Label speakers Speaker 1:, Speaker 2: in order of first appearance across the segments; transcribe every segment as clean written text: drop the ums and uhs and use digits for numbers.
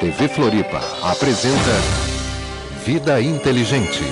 Speaker 1: TV Floripa apresenta Vida Inteligente.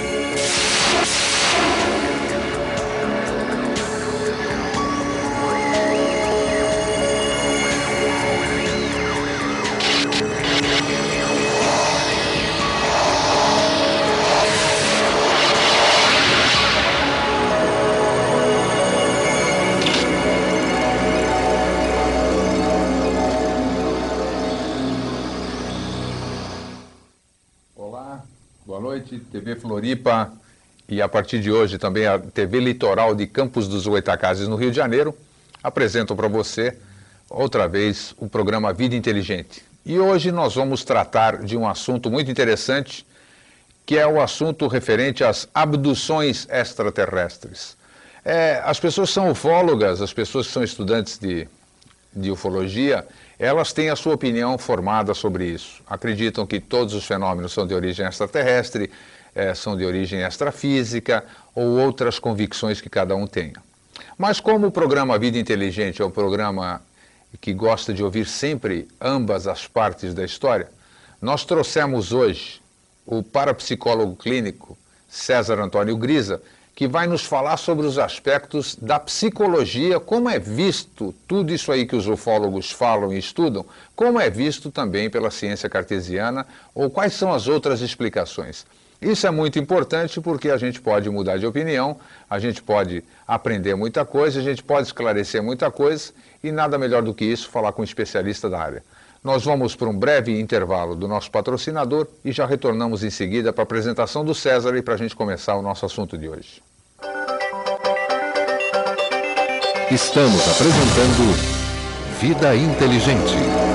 Speaker 2: Boa noite, TV Floripa e a partir de hoje também a TV Litoral de Campos dos Goytacazes, no Rio de Janeiro, apresentam para você outra vez o programa Vida Inteligente. E hoje nós vamos tratar de um assunto muito interessante, que é o assunto referente às abduções extraterrestres. As pessoas que são ufólogas, as pessoas que são estudantes de ufologia, elas têm a sua opinião formada sobre isso. Acreditam que todos os fenômenos são de origem extraterrestre, são de origem extrafísica ou outras convicções que cada um tenha. Mas como o programa Vida Inteligente é um programa que gosta de ouvir sempre ambas as partes da história, nós trouxemos hoje o parapsicólogo clínico César Antônio Grisa, que vai nos falar sobre os aspectos da psicologia, como é visto tudo isso aí que os ufólogos falam e estudam, como é visto também pela ciência cartesiana, ou quais são as outras explicações. Isso é muito importante porque a gente pode mudar de opinião, a gente pode aprender muita coisa, a gente pode esclarecer muita coisa, e nada melhor do que isso, falar com um especialista da área. Nós vamos para um breve intervalo do nosso patrocinador e já retornamos em seguida para a apresentação do César e para a gente começar o nosso assunto de hoje.
Speaker 1: Estamos apresentando Vida Inteligente.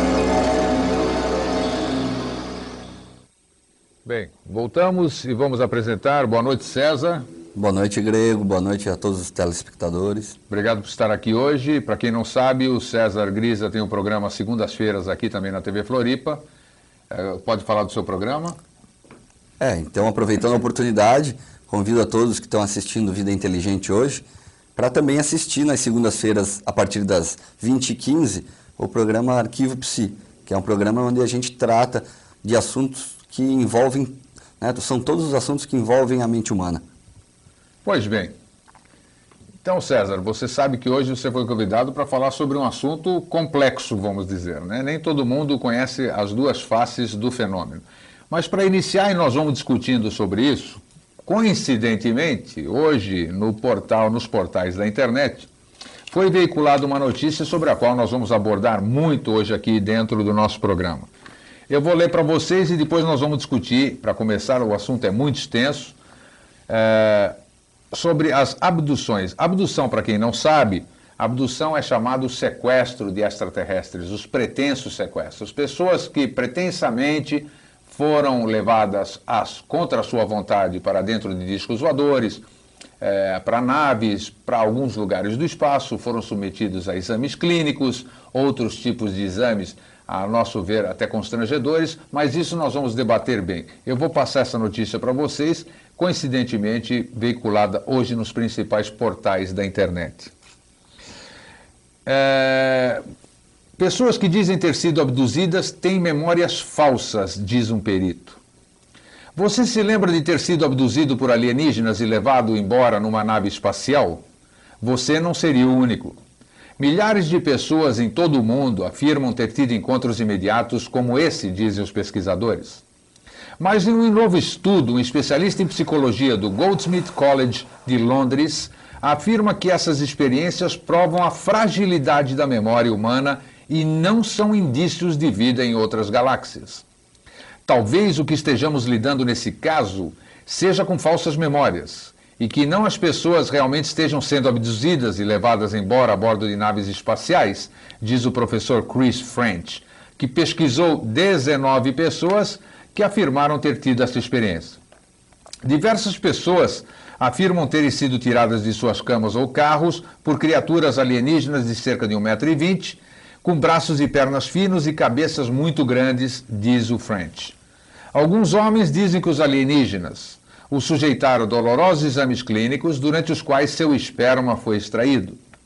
Speaker 2: Bem, voltamos e vamos apresentar. Boa noite, César.
Speaker 3: Boa noite, Grego. Boa noite a todos os telespectadores.
Speaker 2: Obrigado por estar aqui hoje. Para quem não sabe, o César Grisa tem um programa às segundas-feiras aqui também na TV Floripa. Pode falar do seu programa?
Speaker 3: Então, aproveitando a oportunidade, convido a todos que estão assistindo Vida Inteligente hoje para também assistir nas segundas-feiras, a partir das 20h15, o programa Arquivo Psi, que é um programa onde a gente trata de assuntos que envolvem, são todos os assuntos que envolvem a mente humana.
Speaker 2: Pois bem. Então, César, você sabe que hoje você foi convidado para falar sobre um assunto complexo, vamos dizer, né? Nem todo mundo conhece as duas faces do fenômeno. Mas para iniciar, e nós vamos discutindo sobre isso, coincidentemente, hoje nos portais da internet, foi veiculada uma notícia sobre a qual nós vamos abordar muito hoje aqui dentro do nosso programa. Eu vou ler para vocês e depois nós vamos discutir, para começar, o assunto é muito extenso, sobre as abduções. Abdução, para quem não sabe, abdução é chamado sequestro de extraterrestres, os pretensos sequestros. Pessoas que pretensamente foram levadas contra a sua vontade para dentro de discos voadores, para naves, para alguns lugares do espaço, foram submetidos a exames clínicos, outros tipos de exames, a nosso ver, até constrangedores, mas isso nós vamos debater bem. Eu vou passar essa notícia para vocês, coincidentemente veiculada hoje nos principais portais da internet. Pessoas que dizem ter sido abduzidas têm memórias falsas, diz um perito. Você se lembra de ter sido abduzido por alienígenas e levado embora numa nave espacial? Você não seria o único. Milhares de pessoas em todo o mundo afirmam ter tido encontros imediatos como esse, dizem os pesquisadores. Mas em um novo estudo, um especialista em psicologia do Goldsmith College de Londres afirma que essas experiências provam a fragilidade da memória humana e não são indícios de vida em outras galáxias. Talvez o que estejamos lidando nesse caso seja com falsas memórias e que não as pessoas realmente estejam sendo abduzidas e levadas embora a bordo de naves espaciais, diz o professor Chris French, que pesquisou 19 pessoas que afirmaram ter tido essa experiência. Diversas pessoas afirmam terem sido tiradas de suas camas ou carros por criaturas alienígenas de cerca de 1,20 m, com braços e pernas finos e cabeças muito grandes, diz o French. Alguns homens dizem que os alienígenas o sujeitaram a dolorosos exames clínicos, durante os quais seu esperma foi extraído.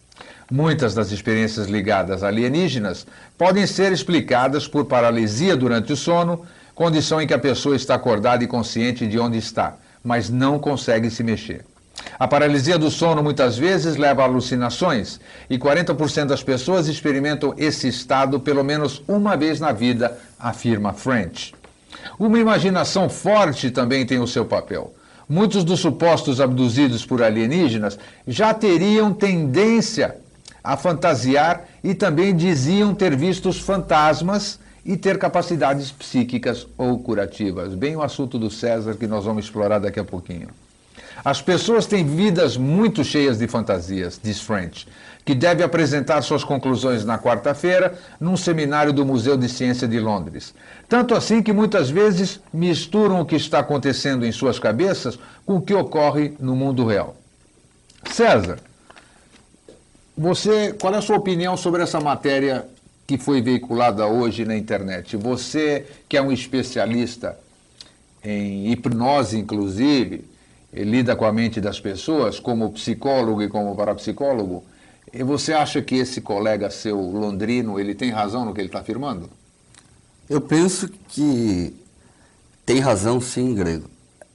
Speaker 2: Muitas das experiências ligadas a alienígenas podem ser explicadas por paralisia durante o sono, condição em que a pessoa está acordada e consciente de onde está, mas não consegue se mexer. A paralisia do sono muitas vezes leva a alucinações e 40% das pessoas experimentam esse estado pelo menos uma vez na vida, afirma French. Uma imaginação forte também tem o seu papel. Muitos dos supostos abduzidos por alienígenas já teriam tendência a fantasiar e também diziam ter visto os fantasmas e ter capacidades psíquicas ou curativas. Bem o assunto do César que nós vamos explorar daqui a pouquinho. As pessoas têm vidas muito cheias de fantasias, diz French, que deve apresentar suas conclusões na quarta-feira num seminário do Museu de Ciência de Londres. Tanto assim que muitas vezes misturam o que está acontecendo em suas cabeças com o que ocorre no mundo real. César, qual é a sua opinião sobre essa matéria que foi veiculada hoje na internet? Você, que é um especialista em hipnose, inclusive, lida com a mente das pessoas, como psicólogo e como parapsicólogo, e você acha que esse colega seu londrino, ele tem razão no que ele está afirmando?
Speaker 3: Eu penso que tem razão, sim, Grego.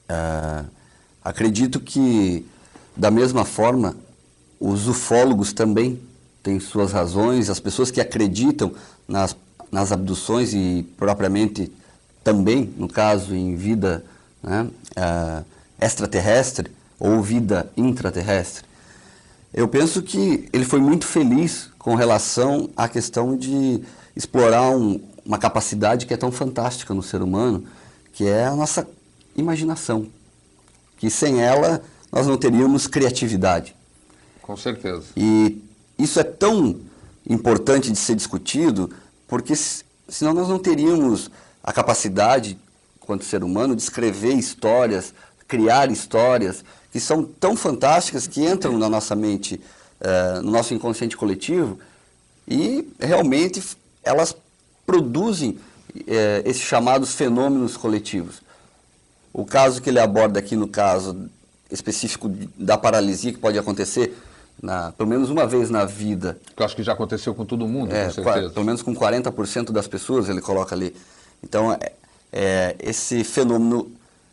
Speaker 3: Acredito que, da mesma forma, os ufólogos também têm suas razões, as pessoas que acreditam nas abduções e propriamente também, no caso, em vida, né, extraterrestre ou vida intraterrestre. Eu penso que ele foi muito feliz com relação à questão de explorar uma capacidade que é tão fantástica no ser humano, que é a nossa imaginação, que sem ela nós não teríamos criatividade.
Speaker 2: Com certeza.
Speaker 3: E isso é tão importante de ser discutido, porque senão nós não teríamos a capacidade, enquanto ser humano, de escrever histórias, criar histórias que são tão fantásticas que entram na nossa mente, no nosso inconsciente coletivo, e realmente elas produzem esses chamados fenômenos coletivos. O caso que ele aborda aqui, no caso específico da paralisia, que pode acontecer pelo menos uma vez na vida.
Speaker 2: Eu acho que já aconteceu com todo mundo, com certeza.
Speaker 3: Pelo menos com 40% das pessoas, ele coloca ali. Então, esse fenômeno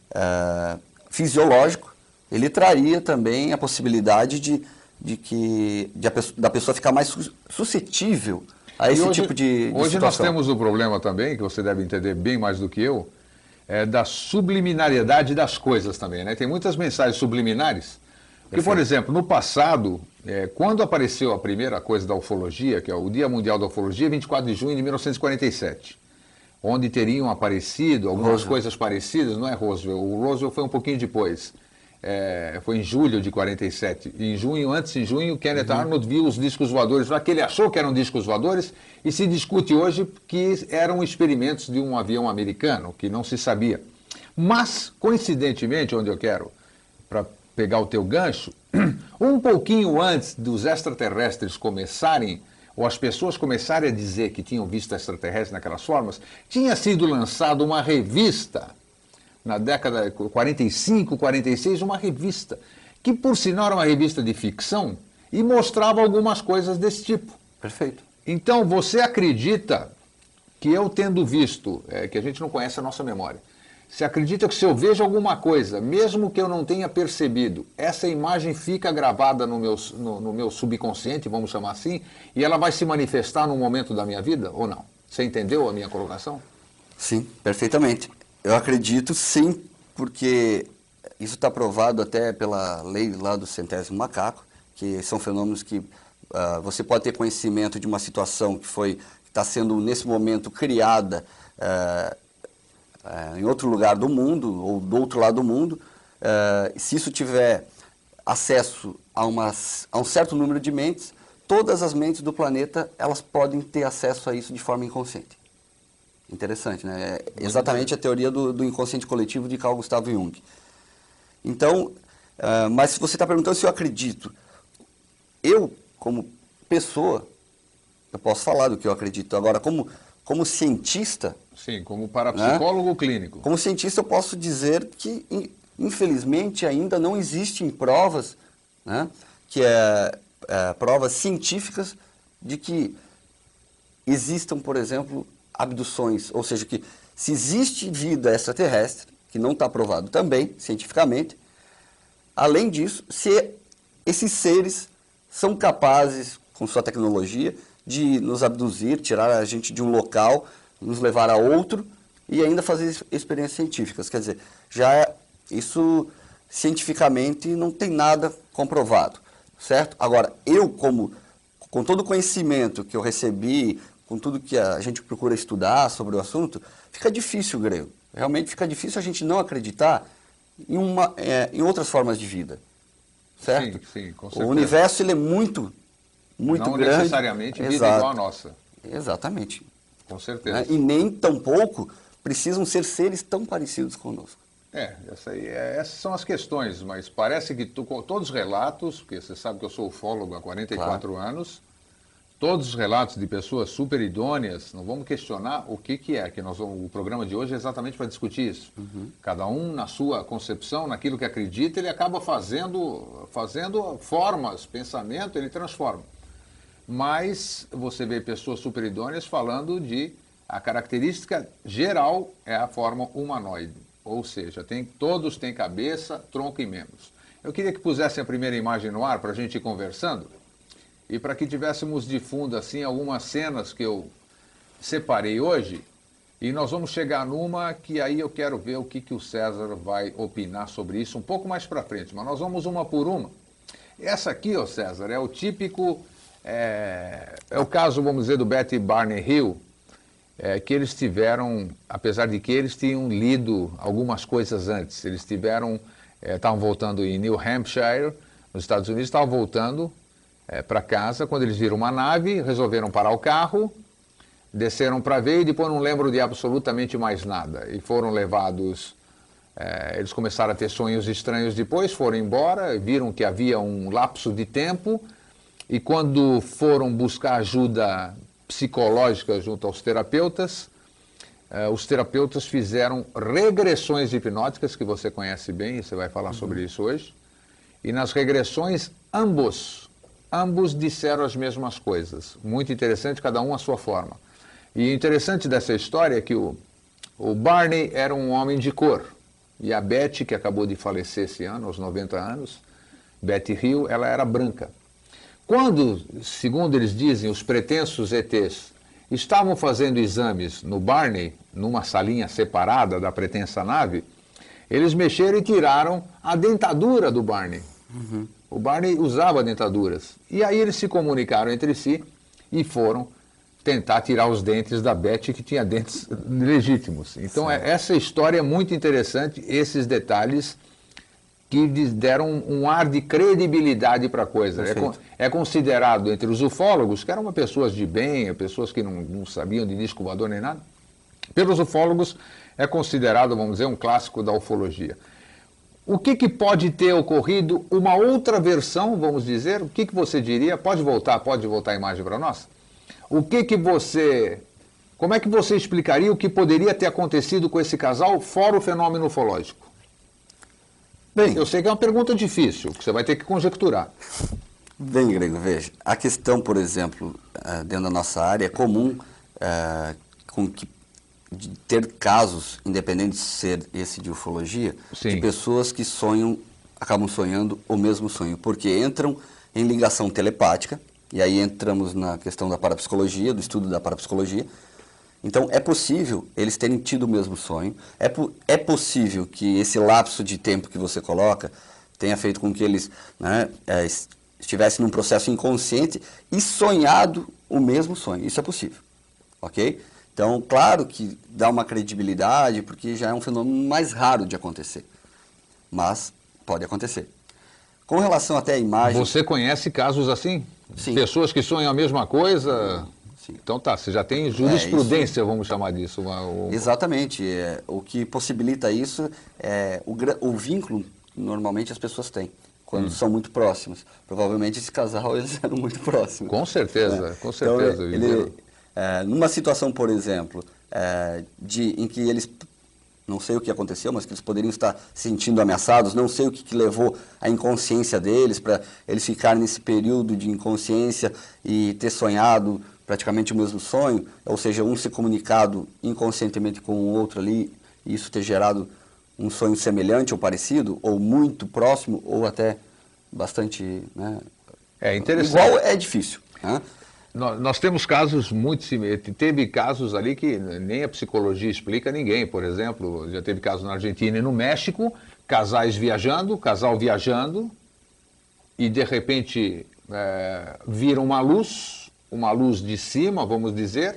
Speaker 3: fisiológico, ele traria também a possibilidade da pessoa ficar mais suscetível a esse tipo de
Speaker 2: Hoje
Speaker 3: situação.
Speaker 2: nós temos o problema também, que você deve entender bem mais do que eu, da subliminariedade das coisas também, né? Tem muitas mensagens subliminares. Porque, por exemplo, no passado, quando apareceu a primeira coisa da ufologia, que é o Dia Mundial da Ufologia, 24 de junho de 1947, onde teriam aparecido algumas coisas parecidas, não é Roswell? O Roswell foi um pouquinho depois. Foi em julho de 47. Em junho, Kenneth Arnold viu os discos voadores lá, que ele achou que eram discos voadores, e se discute hoje que eram experimentos de um avião americano, que não se sabia. Mas, coincidentemente, onde eu quero, para pegar o teu gancho, um pouquinho antes dos extraterrestres começarem, ou as pessoas começarem a dizer que tinham visto extraterrestres naquelas formas, tinha sido lançada uma revista, na década de 45, 46, uma revista, que por sinal era uma revista de ficção, e mostrava algumas coisas desse tipo.
Speaker 3: Perfeito.
Speaker 2: Então, você acredita que eu tendo visto, que a gente não conhece a nossa memória, você acredita que se eu vejo alguma coisa, mesmo que eu não tenha percebido, essa imagem fica gravada no meu subconsciente, vamos chamar assim, e ela vai se manifestar num momento da minha vida, ou não? Você entendeu a minha colocação?
Speaker 3: Sim, perfeitamente. Eu acredito sim, porque isso está provado até pela lei lá do centésimo macaco, que são fenômenos que você pode ter conhecimento de uma situação que está sendo nesse momento criada em outro lugar do mundo, ou do outro lado do mundo. Se isso tiver acesso a um certo número de mentes, todas as mentes do planeta elas podem ter acesso a isso de forma inconsciente. Interessante, né? É exatamente a teoria do inconsciente coletivo de Carl Gustav Jung. Então, mas se você está perguntando se eu acredito, eu, como pessoa, eu posso falar do que eu acredito. Agora, como cientista...
Speaker 2: Sim, como parapsicólogo clínico.
Speaker 3: Como cientista, eu posso dizer que, infelizmente, ainda não existem provas, né, que provas científicas de que existam, por exemplo, abduções, ou seja, que se existe vida extraterrestre, que não está provado também, cientificamente, além disso, se esses seres são capazes, com sua tecnologia, de nos abduzir, tirar a gente de um local, nos levar a outro e ainda fazer experiências científicas. Quer dizer, isso cientificamente não tem nada comprovado, certo? Agora, com todo o conhecimento que eu recebi, com tudo que a gente procura estudar sobre o assunto, fica difícil, Grego. Realmente fica difícil a gente não acreditar em outras formas de vida, certo?
Speaker 2: Sim, com certeza.
Speaker 3: O universo ele é muito grande.
Speaker 2: Não necessariamente vida igual a nossa.
Speaker 3: Exatamente.
Speaker 2: Com certeza.
Speaker 3: E nem tampouco precisam ser seres tão parecidos conosco.
Speaker 2: Essas são as questões, mas parece que todos os relatos, porque você sabe que eu sou ufólogo há 44 anos, todos os relatos de pessoas super idôneas, não vamos questionar o que é, o programa de hoje é exatamente para discutir isso. Cada um na sua concepção, naquilo que acredita, ele acaba fazendo formas, pensamento, ele transforma. Mas você vê pessoas super idôneas falando a característica geral é a forma humanoide, ou seja, todos têm cabeça, tronco e membros. Eu queria que pusessem a primeira imagem no ar para a gente ir conversando e para que tivéssemos de fundo assim algumas cenas que eu separei hoje e nós vamos chegar numa que aí eu quero ver o que o César vai opinar sobre isso um pouco mais para frente, mas nós vamos uma por uma. Essa aqui, ó César, é o típico... É o caso, vamos dizer, do Betty Barney Hill, que eles tiveram, apesar de que eles tinham lido algumas coisas antes, eles estavam voltando em New Hampshire, nos Estados Unidos, estavam voltando para casa, quando eles viram uma nave, resolveram parar o carro, desceram para ver e depois não lembram de absolutamente mais nada. E foram levados, eles começaram a ter sonhos estranhos depois, foram embora, viram que havia um lapso de tempo, e quando foram buscar ajuda psicológica junto aos terapeutas, os terapeutas fizeram regressões hipnóticas, que você conhece bem, e você vai falar sobre isso hoje. E nas regressões, ambos disseram as mesmas coisas. Muito interessante, cada um à sua forma. E interessante dessa história é que o Barney era um homem de cor. E a Betty, que acabou de falecer esse ano, aos 90 anos, Betty Hill, ela era branca. Quando, segundo eles dizem, os pretensos ETs estavam fazendo exames no Barney, numa salinha separada da pretensa nave, eles mexeram e tiraram a dentadura do Barney. O Barney usava dentaduras. E aí eles se comunicaram entre si e foram tentar tirar os dentes da Betty, que tinha dentes legítimos. Então, essa história é muito interessante, esses detalhes que deram um ar de credibilidade para a coisa. É considerado entre os ufólogos, que eram pessoas de bem, pessoas que não sabiam de disco voador nem nada, pelos ufólogos é considerado, vamos dizer, um clássico da ufologia. O que pode ter ocorrido, uma outra versão, vamos dizer, o que você diria? Pode voltar a imagem para nós? Como é que você explicaria o que poderia ter acontecido com esse casal, fora o fenômeno ufológico? Bem, eu sei que é uma pergunta difícil, que você vai ter que conjecturar.
Speaker 3: Bem, Grego, veja, a questão, por exemplo, dentro da nossa área, é comum de ter casos, independente de ser esse de ufologia, de pessoas que acabam sonhando o mesmo sonho, porque entram em ligação telepática, e aí entramos na questão da parapsicologia, do estudo da parapsicologia. Então, é possível eles terem tido o mesmo sonho, é possível que esse lapso de tempo que você coloca tenha feito com que eles estivessem num processo inconsciente e sonhado o mesmo sonho. Isso é possível, ok? Então, claro que dá uma credibilidade, porque já é um fenômeno mais raro de acontecer, mas pode acontecer. Com relação até à imagem...
Speaker 2: Você conhece casos assim?
Speaker 3: Sim.
Speaker 2: Pessoas que sonham a mesma coisa... Então tá, você já tem jurisprudência, vamos chamar disso.
Speaker 3: Exatamente. O que possibilita isso é o vínculo, normalmente as pessoas têm, quando são muito próximos. Provavelmente esse casal, eles eram muito próximos.
Speaker 2: Com certeza, com certeza.
Speaker 3: Então, numa situação, por exemplo, em que eles não sei o que aconteceu, mas que eles poderiam estar se sentindo ameaçados, não sei o que levou à inconsciência deles, para eles ficarem nesse período de inconsciência e ter sonhado praticamente o mesmo sonho, ou seja, um ser comunicado inconscientemente com o outro ali, e isso ter gerado um sonho semelhante ou parecido, ou muito próximo, ou até bastante, né,
Speaker 2: interessante.
Speaker 3: igual, é difícil, né?
Speaker 2: Nós temos casos muito similares. Teve casos ali que nem a psicologia explica a ninguém. Por exemplo, já teve casos na Argentina e no México, casal viajando, e de repente viram uma luz de cima, vamos dizer,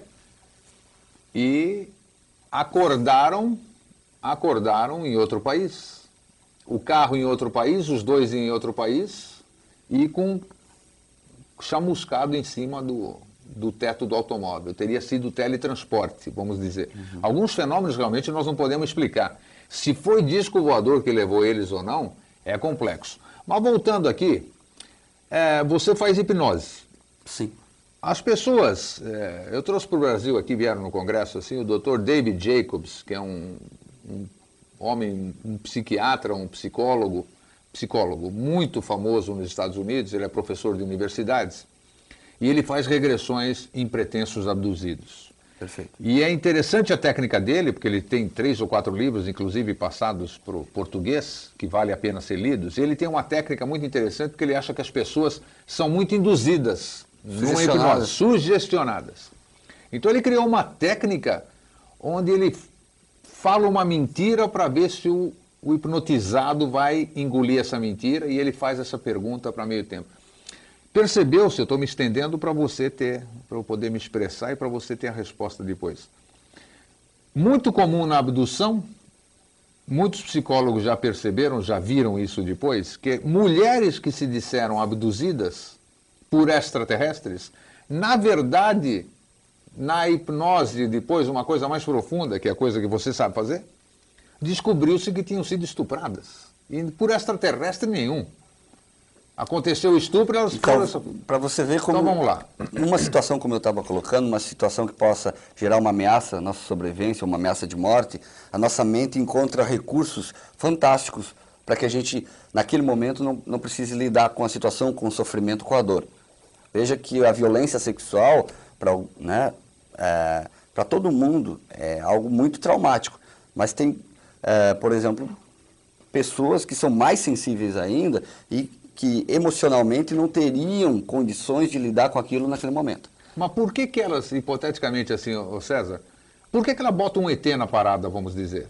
Speaker 2: e acordaram em outro país. O carro em outro país, os dois em outro país, e com chamuscado em cima do teto do automóvel. Teria sido teletransporte, vamos dizer. Alguns fenômenos realmente nós não podemos explicar. Se foi disco voador que levou eles ou não, é complexo. Mas voltando aqui, você faz hipnose.
Speaker 3: Sim.
Speaker 2: As pessoas, eu trouxe para o Brasil aqui, vieram no congresso, assim, o Dr. David Jacobs, que é um homem, um psiquiatra, um psicólogo muito famoso nos Estados Unidos, ele é professor de universidades, e ele faz regressões em pretensos abduzidos.
Speaker 3: Perfeito.
Speaker 2: E é interessante a técnica dele, porque ele tem 3 ou 4 livros, inclusive passados para o português, que vale a pena ser lidos, e ele tem uma técnica muito interessante, porque ele acha que as pessoas são muito induzidas numa hipnose, sugestionadas. Então ele criou uma técnica onde ele fala uma mentira para ver se o hipnotizado vai engolir essa mentira, e ele faz essa pergunta para meio tempo. Percebeu-se, eu estou me estendendo para eu poder me expressar e para você ter a resposta depois. Muito comum na abdução, muitos psicólogos já perceberam, já viram isso depois, que mulheres que se disseram abduzidas por extraterrestres, na verdade, na hipnose depois, uma coisa mais profunda, que é a coisa que você sabe fazer, descobriu-se que tinham sido estupradas. E por extraterrestre nenhum. Aconteceu o estupro, elas foram...
Speaker 3: Para você ver como...
Speaker 2: Então vamos lá.
Speaker 3: Numa situação como eu estava colocando, uma situação que possa gerar uma ameaça à nossa sobrevivência, uma ameaça de morte, a nossa mente encontra recursos fantásticos para que a gente, naquele momento, não precise lidar com a situação, com o sofrimento, com a dor. Veja que a violência sexual, para todo mundo, é algo muito traumático. Mas tem, por exemplo, pessoas que são mais sensíveis ainda e que emocionalmente não teriam condições de lidar com aquilo naquele momento.
Speaker 2: Mas por que elas, hipoteticamente assim, ô César, por que ela bota um ET na parada, vamos dizer?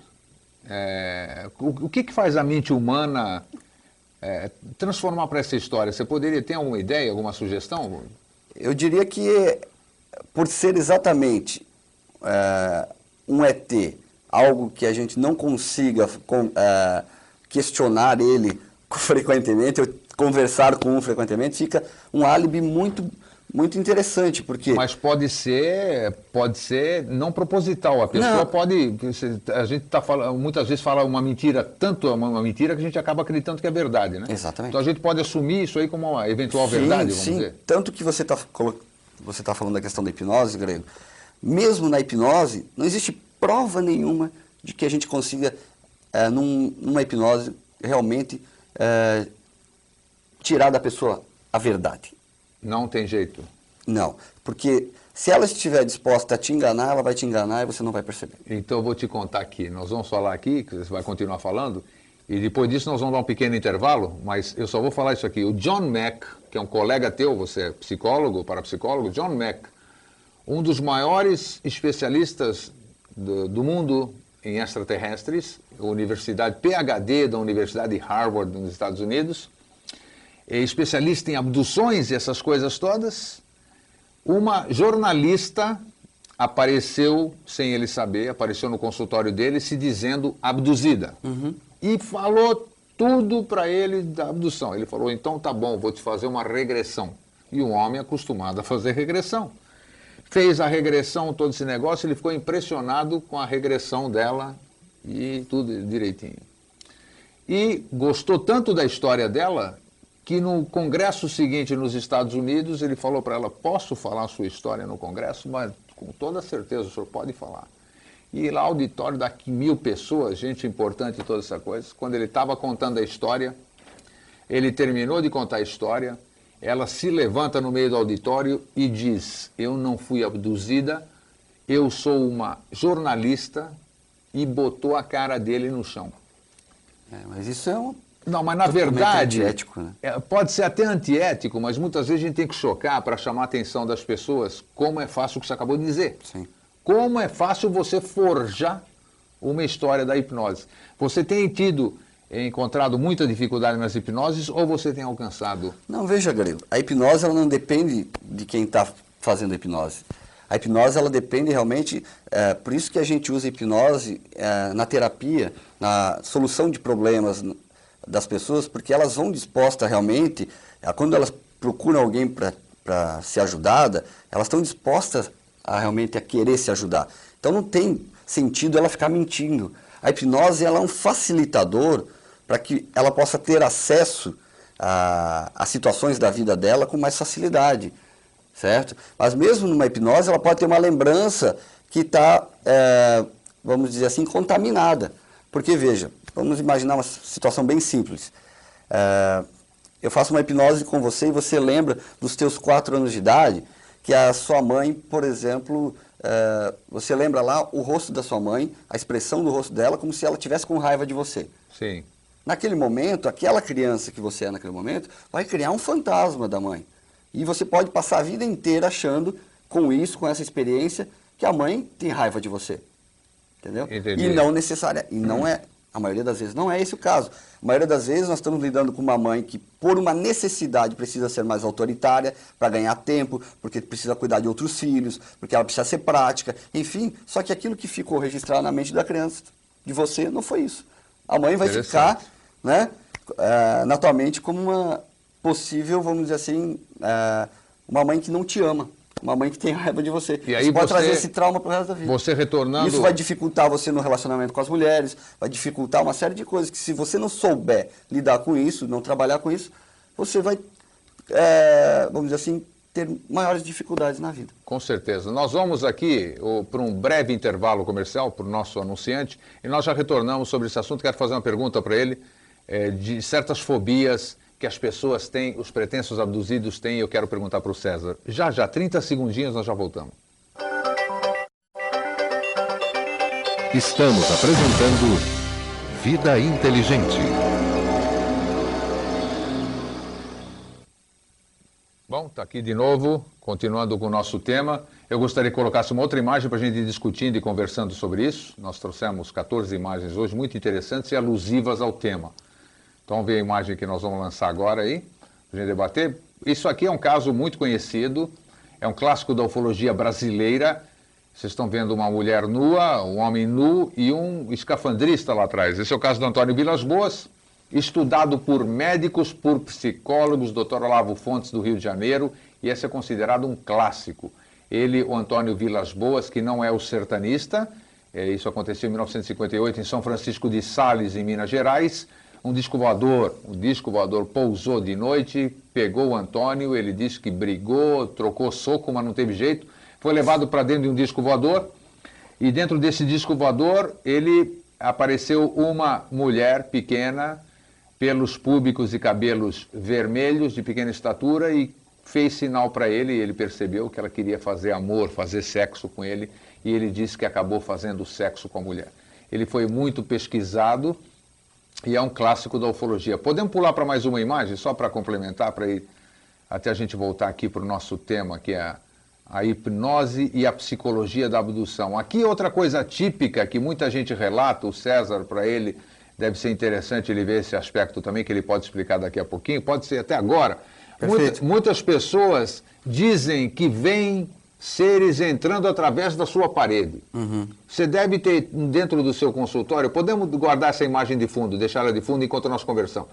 Speaker 2: O que faz a mente humana transformar para essa história? Você poderia ter alguma ideia, alguma sugestão?
Speaker 3: Eu diria que, por ser exatamente um ET, algo que a gente não consiga questionar ele frequentemente, ou conversar com um frequentemente, fica um álibi muito, muito interessante, porque...
Speaker 2: Mas pode ser não proposital, a pessoa
Speaker 3: não.
Speaker 2: Pode... A gente muitas vezes fala uma mentira, tanto uma mentira que a gente acaba acreditando que é verdade, né?
Speaker 3: Exatamente.
Speaker 2: Então a gente pode assumir isso aí como uma eventual verdade, vamos dizer.
Speaker 3: Tanto que você tá falando da questão da hipnose, Grego, mesmo na hipnose, não existe prova nenhuma de que a gente consiga, numa hipnose, realmente tirar da pessoa a verdade.
Speaker 2: Não tem jeito.
Speaker 3: Não, porque se ela estiver disposta a te enganar, ela vai te enganar e você não vai perceber.
Speaker 2: Então eu vou te contar aqui. Nós vamos falar aqui, que você vai continuar falando, e depois disso nós vamos dar um pequeno intervalo, mas eu só vou falar isso aqui. O John Mack, que é um colega teu, você é psicólogo, parapsicólogo, John Mack, um dos maiores especialistas do mundo em extraterrestres, universidade PhD da Universidade de Harvard, nos Estados Unidos, é especialista em abduções e essas coisas todas. Uma jornalista apareceu, sem ele saber, apareceu no consultório dele se dizendo abduzida. E falou tudo para ele da abdução. Ele falou, então tá bom, vou te fazer uma regressão. E um homem acostumado a fazer regressão. Fez a regressão, todo esse negócio, ele ficou impressionado com a regressão dela e tudo direitinho. E gostou tanto da história dela que no congresso seguinte nos Estados Unidos ele falou para ela, posso falar a sua história no congresso? Mas com toda certeza o senhor pode falar. E lá, auditório daqui 1000 pessoas, gente importante e toda essa coisa. Quando ele estava contando a história, ele terminou de contar a história, ela se levanta no meio do auditório e diz: eu não fui abduzida, eu sou uma jornalista, e botou a cara dele no chão.
Speaker 3: Mas isso é um...
Speaker 2: Não, mas na verdade,
Speaker 3: antiético, né?
Speaker 2: Pode ser até antiético, mas muitas vezes a gente tem que chocar para chamar a atenção das pessoas como é fácil o que você acabou de dizer.
Speaker 3: Sim.
Speaker 2: Como é fácil você forjar uma história da hipnose. Você tem encontrado muita dificuldade nas hipnoses ou você tem alcançado?
Speaker 3: Não, veja, Grilo, a hipnose ela não depende de quem está fazendo a hipnose. A hipnose ela depende realmente, por isso que a gente usa a hipnose na terapia, na solução de problemas das pessoas, porque elas vão dispostas realmente, quando elas procuram alguém para ser ajudada, elas estão dispostas realmente a querer se ajudar. Então não tem sentido ela ficar mentindo. A hipnose ela é um facilitador para que ela possa ter acesso a situações da vida dela com mais facilidade, certo? Mas mesmo numa hipnose ela pode ter uma lembrança que está, vamos dizer assim, contaminada. Porque veja, vamos imaginar uma situação bem simples. Eu faço uma hipnose com você e você lembra dos teus 4 anos de idade que a sua mãe, por exemplo, você lembra lá o rosto da sua mãe, a expressão do rosto dela, como se ela estivesse com raiva de você.
Speaker 2: Sim.
Speaker 3: Naquele momento, aquela criança que você é naquele momento, vai criar um fantasma da mãe. E você pode passar a vida inteira achando, com isso, com essa experiência, que a mãe tem raiva de você. Entendeu?
Speaker 2: Entendi.
Speaker 3: E não necessária, e não é, a maioria das vezes não é esse o caso. A maioria das vezes nós estamos lidando com uma mãe que, por uma necessidade, precisa ser mais autoritária para ganhar tempo, porque precisa cuidar de outros filhos, porque ela precisa ser prática, enfim. Só que aquilo que ficou registrado na mente da criança, de você, não foi isso. A mãe vai ficar, né, na tua mente como uma possível, vamos dizer assim, uma mãe que não te ama. Uma mãe que tem raiva de você.
Speaker 2: E aí
Speaker 3: isso pode trazer esse trauma para o resto da vida.
Speaker 2: Você retornando...
Speaker 3: Isso vai dificultar você no relacionamento com as mulheres, vai dificultar uma série de coisas que se você não souber lidar com isso, não trabalhar com isso, você vai, vamos dizer assim, ter maiores dificuldades na vida.
Speaker 2: Com certeza. Nós vamos aqui para um breve intervalo comercial para o nosso anunciante e nós já retornamos sobre esse assunto. Quero fazer uma pergunta para ele de certas fobias que as pessoas têm, os pretensos abduzidos têm, eu quero perguntar para o César. Já, 30 segundinhos, nós já voltamos.
Speaker 1: Estamos apresentando Vida Inteligente.
Speaker 2: Bom, está aqui de novo, continuando com o nosso tema. Eu gostaria que colocasse uma outra imagem para a gente ir discutindo e conversando sobre isso. Nós trouxemos 14 imagens hoje, muito interessantes e alusivas ao tema. Então, vamos ver a imagem que nós vamos lançar agora aí, para a gente debater. Isso aqui é um caso muito conhecido, é um clássico da ufologia brasileira. Vocês estão vendo uma mulher nua, um homem nu e um escafandrista lá atrás. Esse é o caso do Antônio Vilas Boas, estudado por médicos, por psicólogos, Dr. Olavo Fontes, do Rio de Janeiro, e esse é considerado um clássico. Ele, o Antônio Vilas Boas, que não é o sertanista, isso aconteceu em 1958 em São Francisco de Sales, em Minas Gerais. Um disco voador pousou de noite, pegou o Antônio, ele disse que brigou, trocou soco, mas não teve jeito. Foi levado para dentro de um disco voador e dentro desse disco voador ele apareceu uma mulher pequena, pelos púbicos e cabelos vermelhos, de pequena estatura, e fez sinal para ele, e ele percebeu que ela queria fazer amor, fazer sexo com ele, e ele disse que acabou fazendo sexo com a mulher. Ele foi muito pesquisado e é um clássico da ufologia. Podemos pular para mais uma imagem, só para complementar, para ir até a gente voltar aqui para o nosso tema, que é a hipnose e a psicologia da abdução. Aqui outra coisa típica que muita gente relata, o César, para ele, deve ser interessante ele ver esse aspecto também, que ele pode explicar daqui a pouquinho, pode ser até agora. Muitas pessoas dizem que veem seres entrando através da sua parede. Uhum. Você deve ter dentro do seu consultório, podemos guardar essa imagem de fundo, deixar ela de fundo enquanto nós conversamos.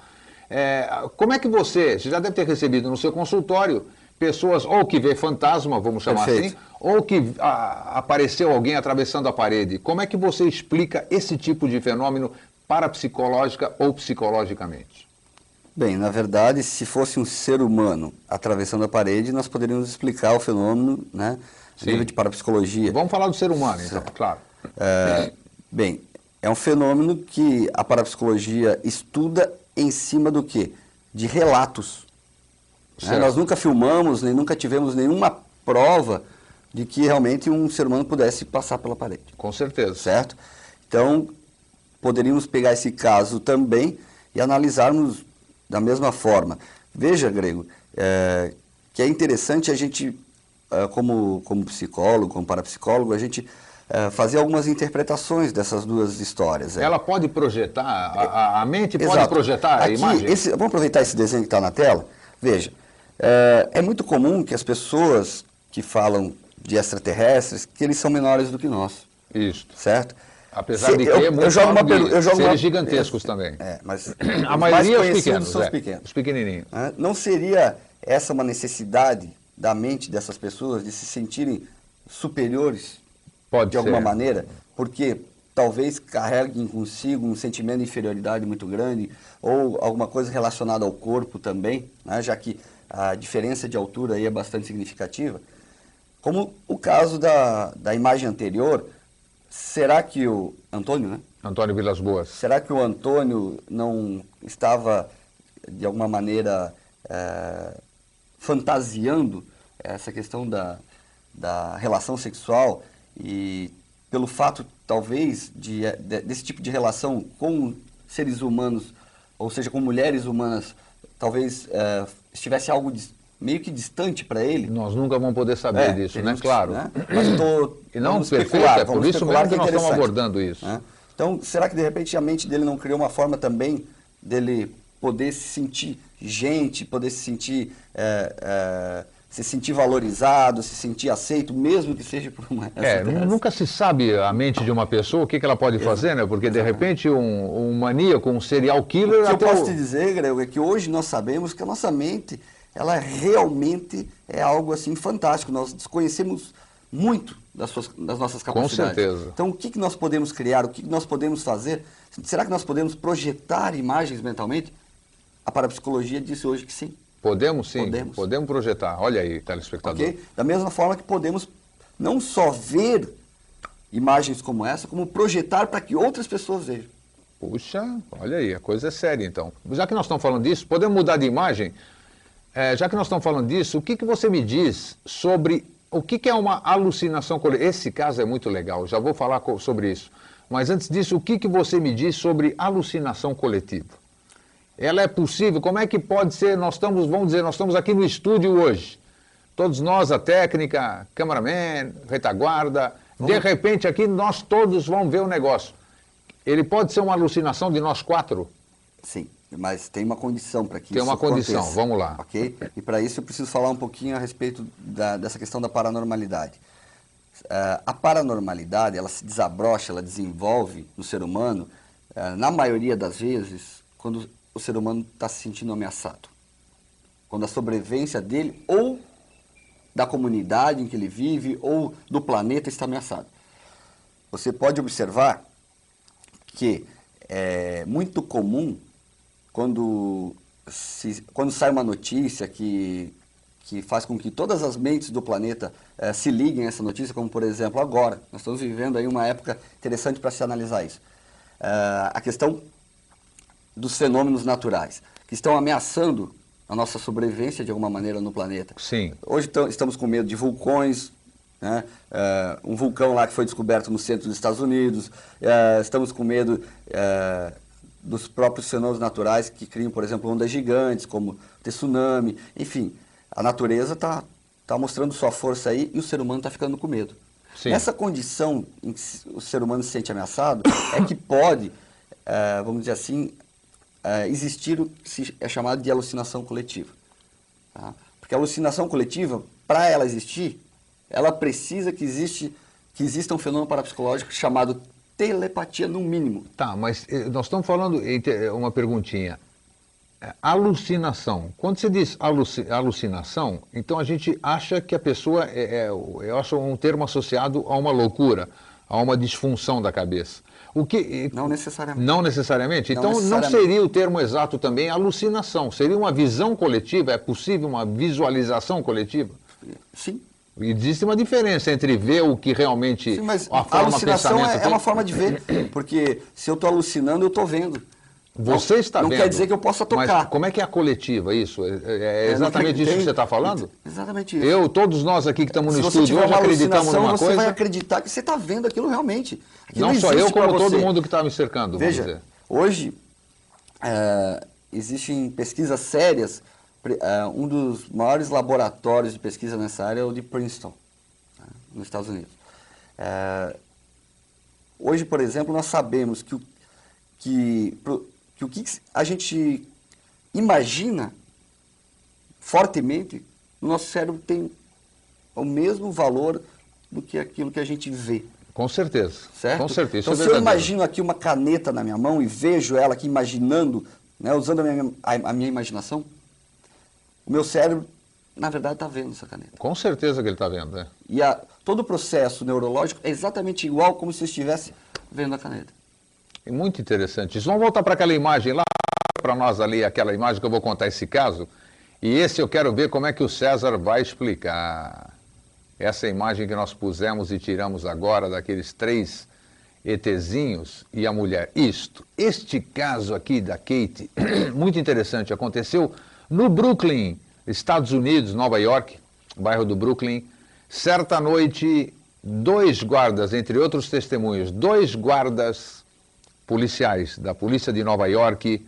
Speaker 2: Como é que você já deve ter recebido no seu consultório pessoas ou que vê fantasma, vamos chamar assim, ou que apareceu alguém atravessando a parede. Como é que você explica esse tipo de fenômeno parapsicológica ou psicologicamente?
Speaker 3: Bem, na verdade, se fosse um ser humano atravessando a parede, nós poderíamos explicar o fenômeno, né, nível de parapsicologia.
Speaker 2: Vamos falar do ser humano, então, claro.
Speaker 3: Bem, é um fenômeno que a parapsicologia estuda em cima do quê? De relatos. Né? Nós nunca filmamos, nem nunca tivemos nenhuma prova de que realmente um ser humano pudesse passar pela parede.
Speaker 2: Com certeza.
Speaker 3: Certo? Então, poderíamos pegar esse caso também e analisarmos da mesma forma. Veja, Grego, que é interessante a gente, como psicólogo, como parapsicólogo, a gente fazer algumas interpretações dessas duas histórias.
Speaker 2: Ela pode projetar, a mente pode
Speaker 3: Exato.
Speaker 2: projetar a
Speaker 3: Aqui,
Speaker 2: imagem?
Speaker 3: Vamos aproveitar esse desenho que está na tela. Veja, é muito comum que as pessoas que falam de extraterrestres, que eles são menores do que nós.
Speaker 2: Isso.
Speaker 3: Certo?
Speaker 2: Apesar de que muitos
Speaker 3: seres
Speaker 2: gigantescos também.
Speaker 3: Mas
Speaker 2: a maioria
Speaker 3: os
Speaker 2: pequenos,
Speaker 3: são os pequenos.
Speaker 2: Os pequenininhos.
Speaker 3: Não seria essa uma necessidade da mente dessas pessoas de se sentirem superiores
Speaker 2: Pode
Speaker 3: de alguma maneira? Porque talvez carreguem consigo um sentimento de inferioridade muito grande ou alguma coisa relacionada ao corpo também, né? Já que a diferença de altura aí é bastante significativa. Como o caso da imagem anterior, será que o Antônio, né?
Speaker 2: Antônio Vilas Boas.
Speaker 3: Será que o Antônio não estava, de alguma maneira, fantasiando essa questão da relação sexual e pelo fato, talvez, desse tipo de relação com seres humanos, ou seja, com mulheres humanas, talvez estivesse algo meio que distante para ele?
Speaker 2: Nós nunca vamos poder saber disso, né? Claro.
Speaker 3: Né? Mas
Speaker 2: e não, perfeito, é por isso mesmo que nós estamos abordando isso.
Speaker 3: Né? Então, será que de repente a mente dele não criou uma forma também dele poder se sentir gente, poder se sentir valorizado, se sentir aceito, mesmo que seja por uma
Speaker 2: nunca se sabe a mente de uma pessoa, o que ela pode fazer, né? Porque de repente um maníaco, um serial killer...
Speaker 3: O que eu posso te dizer, Grego, é que hoje nós sabemos que a nossa mente, ela realmente é algo assim fantástico. Nós desconhecemos muito das nossas capacidades.
Speaker 2: Com certeza.
Speaker 3: Então, o que nós podemos criar? O que nós podemos fazer? Será que nós podemos projetar imagens mentalmente? A parapsicologia disse hoje que sim.
Speaker 2: Podemos sim, podemos projetar. Olha aí, telespectador.
Speaker 3: Okay? Da mesma forma que podemos não só ver imagens como essa, como projetar para que outras pessoas vejam.
Speaker 2: Puxa, olha aí, a coisa é séria então. Já que nós estamos falando disso, podemos mudar de imagem? Já que nós estamos falando disso, o que você me diz sobre o que é uma alucinação coletiva? Esse caso é muito legal, já vou falar sobre isso. Mas antes disso, o que você me diz sobre alucinação coletiva? Ela é possível? Como é que pode ser? Nós estamos aqui no estúdio hoje. Todos nós, a técnica, cameraman, retaguarda. De repente aqui nós todos vamos ver o negócio. Ele pode ser uma alucinação de nós quatro?
Speaker 3: Sim, mas tem uma condição para que
Speaker 2: tem
Speaker 3: isso
Speaker 2: uma condição,
Speaker 3: aconteça,
Speaker 2: vamos lá.
Speaker 3: Ok? E para isso eu preciso falar um pouquinho a respeito dessa questão da paranormalidade. A paranormalidade, ela se desabrocha, ela desenvolve no ser humano, na maioria das vezes, quando o ser humano está se sentindo ameaçado. Quando a sobrevivência dele ou da comunidade em que ele vive ou do planeta está ameaçado. Você pode observar que é muito comum quando sai uma notícia que faz com que todas as mentes do planeta se liguem a essa notícia, como por exemplo agora. Nós estamos vivendo aí uma época interessante para se analisar isso. A questão dos fenômenos naturais, que estão ameaçando a nossa sobrevivência de alguma maneira no planeta.
Speaker 2: Sim.
Speaker 3: Hoje estamos com medo de vulcões, né? Um vulcão lá que foi descoberto no centro dos Estados Unidos, estamos com medo dos próprios fenômenos naturais que criam, por exemplo, ondas gigantes, como tsunami, enfim, a natureza está mostrando sua força aí e o ser humano está ficando com medo.
Speaker 2: Sim.
Speaker 3: Nessa condição em que o ser humano se sente ameaçado, é que pode, vamos dizer assim, existir o que é chamado de alucinação coletiva. Tá? Porque a alucinação coletiva, para ela existir, ela precisa que exista um fenômeno parapsicológico chamado telepatia, no mínimo.
Speaker 2: Tá, mas nós estamos falando, uma perguntinha, alucinação. Quando você diz alucinação, então a gente acha que a pessoa, eu acho um termo associado a uma loucura, a uma disfunção da cabeça.
Speaker 3: Não necessariamente.
Speaker 2: Não necessariamente? Então não seria o termo exato também alucinação, seria uma visão coletiva? É possível uma visualização coletiva?
Speaker 3: Sim.
Speaker 2: Existe uma diferença entre ver o que realmente...
Speaker 3: Sim, mas
Speaker 2: a
Speaker 3: a
Speaker 2: forma,
Speaker 3: alucinação
Speaker 2: pensamento
Speaker 3: é uma forma de ver, porque se eu estou alucinando, eu estou vendo.
Speaker 2: Você está
Speaker 3: não
Speaker 2: vendo.
Speaker 3: Não quer dizer que eu possa tocar.
Speaker 2: Mas como é que é a coletiva, isso? É exatamente isso que você está falando?
Speaker 3: Exatamente isso.
Speaker 2: Todos nós aqui que estamos no
Speaker 3: Se você
Speaker 2: estúdio
Speaker 3: tiver
Speaker 2: hoje
Speaker 3: uma
Speaker 2: acreditamos numa
Speaker 3: alucinação, você
Speaker 2: coisa...
Speaker 3: vai acreditar que você está vendo aquilo realmente. Aquilo
Speaker 2: Não só eu,
Speaker 3: existe pra
Speaker 2: como todo
Speaker 3: você.
Speaker 2: mundo que está me cercando, vamos
Speaker 3: Veja,
Speaker 2: dizer.
Speaker 3: hoje existem pesquisas sérias. Um dos maiores laboratórios de pesquisa nessa área é o de Princeton, tá, nos Estados Unidos. Hoje, por exemplo, nós sabemos que o que a gente imagina fortemente no nosso cérebro tem o mesmo valor do que aquilo que a gente vê.
Speaker 2: Com certeza.
Speaker 3: Certo?
Speaker 2: Com certeza.
Speaker 3: Então,
Speaker 2: isso é
Speaker 3: se eu
Speaker 2: verdadeiro.
Speaker 3: imagino aqui uma caneta na minha mão e vejo ela aqui imaginando, né, usando a minha imaginação, o meu cérebro, na verdade, está vendo essa caneta.
Speaker 2: Com certeza que ele está vendo, né?
Speaker 3: E todo o processo neurológico é exatamente igual como se eu estivesse vendo a caneta.
Speaker 2: É muito interessante isso. Vamos voltar para aquela imagem lá, para nós ali, aquela imagem que eu vou contar esse caso. E esse eu quero ver como é que o César vai explicar. Essa imagem que nós pusemos e tiramos agora daqueles 3 ETzinhos e a mulher. Este caso aqui da Kate, muito interessante, aconteceu no Brooklyn, Estados Unidos, Nova York, bairro do Brooklyn. Certa noite, 2 guardas, entre outros testemunhos, 2 guardas policiais da polícia de Nova York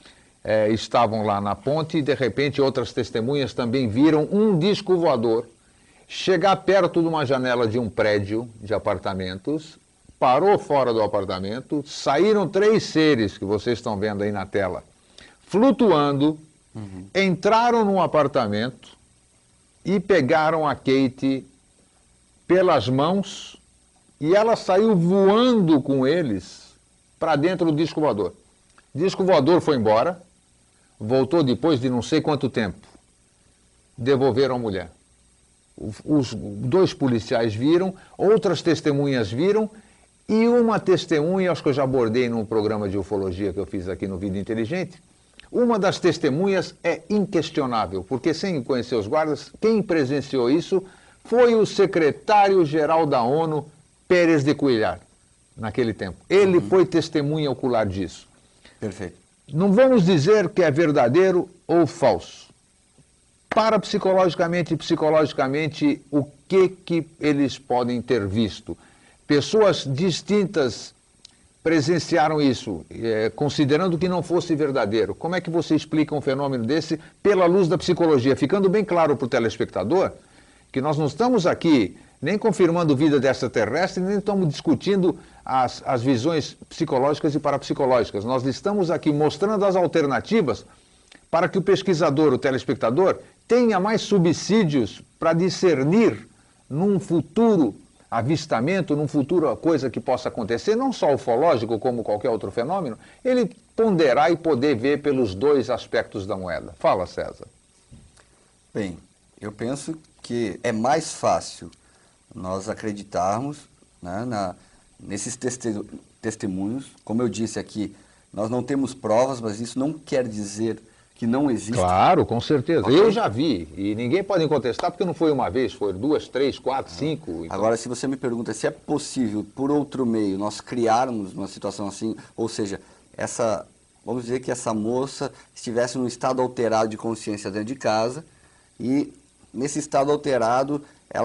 Speaker 2: estavam lá na ponte e, de repente, outras testemunhas também viram um disco voador chegar perto de uma janela de um prédio de apartamentos, parou fora do apartamento, saíram 3 seres que vocês estão vendo aí na tela, flutuando, entraram num apartamento e pegaram a Kate pelas mãos e ela saiu voando com eles para dentro do disco voador. O disco voador foi embora, voltou depois de não sei quanto tempo. Devolveram a mulher. Os 2 policiais viram, outras testemunhas viram, e uma testemunha, acho que eu já abordei num programa de ufologia que eu fiz aqui no Vida Inteligente, uma das testemunhas é inquestionável, porque sem conhecer os guardas, quem presenciou isso foi o secretário-geral da ONU, Pérez de Cuéllar, naquele tempo. Ele foi testemunha ocular disso.
Speaker 3: Perfeito.
Speaker 2: Não vamos dizer que é verdadeiro ou falso. Parapsicologicamente e psicologicamente, o que eles podem ter visto? Pessoas distintas presenciaram isso, considerando que não fosse verdadeiro. Como é que você explica um fenômeno desse pela luz da psicologia? Ficando bem claro para o telespectador que nós não estamos aqui nem confirmando vida extraterrestre, nem estamos discutindo as visões psicológicas e parapsicológicas. Nós estamos aqui mostrando as alternativas para que o pesquisador, o telespectador, tenha mais subsídios para discernir num futuro avistamento, num futuro coisa que possa acontecer, não só ufológico, como qualquer outro fenômeno, ele ponderar e poder ver pelos 2 aspectos da moeda. Fala, César.
Speaker 3: Bem, eu penso que é mais fácil nós acreditarmos, né, nesses testemunhos. Como eu disse aqui, nós não temos provas, mas isso não quer dizer que não existe.
Speaker 2: Claro, com certeza.
Speaker 3: Okay.
Speaker 2: Eu já vi, e ninguém pode contestar, porque não foi uma vez, foi 2, 3, 4, 5. Então...
Speaker 3: Agora, se você me pergunta se é possível, por outro meio, nós criarmos uma situação assim, ou seja, vamos dizer que essa moça estivesse num estado alterado de consciência dentro de casa, e nesse estado alterado,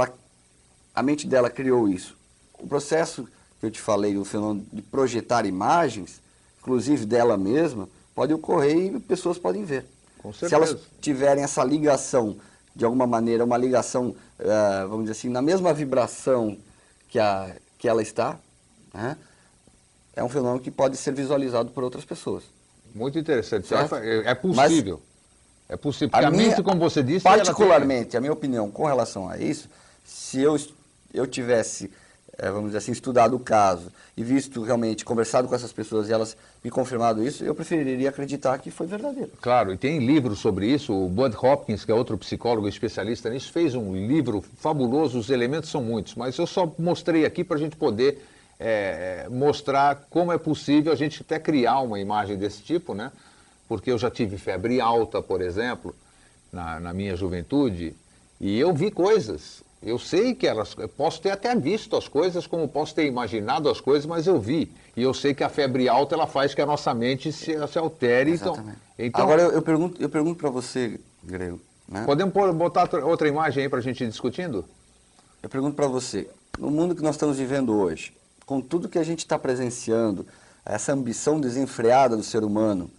Speaker 3: a mente dela criou isso. O processo que eu te falei, o fenômeno de projetar imagens, inclusive dela mesma, pode ocorrer e pessoas podem ver.
Speaker 2: Com certeza.
Speaker 3: Se elas tiverem essa ligação, de alguma maneira, uma ligação, vamos dizer assim, na mesma vibração que ela está, né, é um fenômeno que pode ser visualizado por outras pessoas.
Speaker 2: Muito interessante.
Speaker 3: Certo?
Speaker 2: É possível. É possível. Porque a mente, como você disse...
Speaker 3: Particularmente, a minha opinião com relação a isso, se eu tivesse, vamos dizer assim, estudado o caso e visto realmente, conversado com essas pessoas e elas me confirmado isso, eu preferiria acreditar que foi verdadeiro.
Speaker 2: Claro, e tem livros sobre isso. O Bud Hopkins, que é outro psicólogo especialista nisso, fez um livro fabuloso. Os elementos são muitos, mas eu só mostrei aqui para a gente poder mostrar como é possível a gente até criar uma imagem desse tipo, né? Porque eu já tive febre alta, por exemplo, na minha juventude, e eu vi coisas Eu sei que elas, eu posso ter até visto as coisas, como posso ter imaginado as coisas, mas eu vi. E eu sei que a febre alta ela faz que a nossa mente se altere.
Speaker 3: Exatamente.
Speaker 2: Então,
Speaker 3: Agora eu pergunto para você, Grego, né?
Speaker 2: podemos botar outra imagem aí para a gente ir discutindo?
Speaker 3: Eu pergunto para você, no mundo que nós estamos vivendo hoje, com tudo que a gente está presenciando, essa ambição desenfreada do ser humano,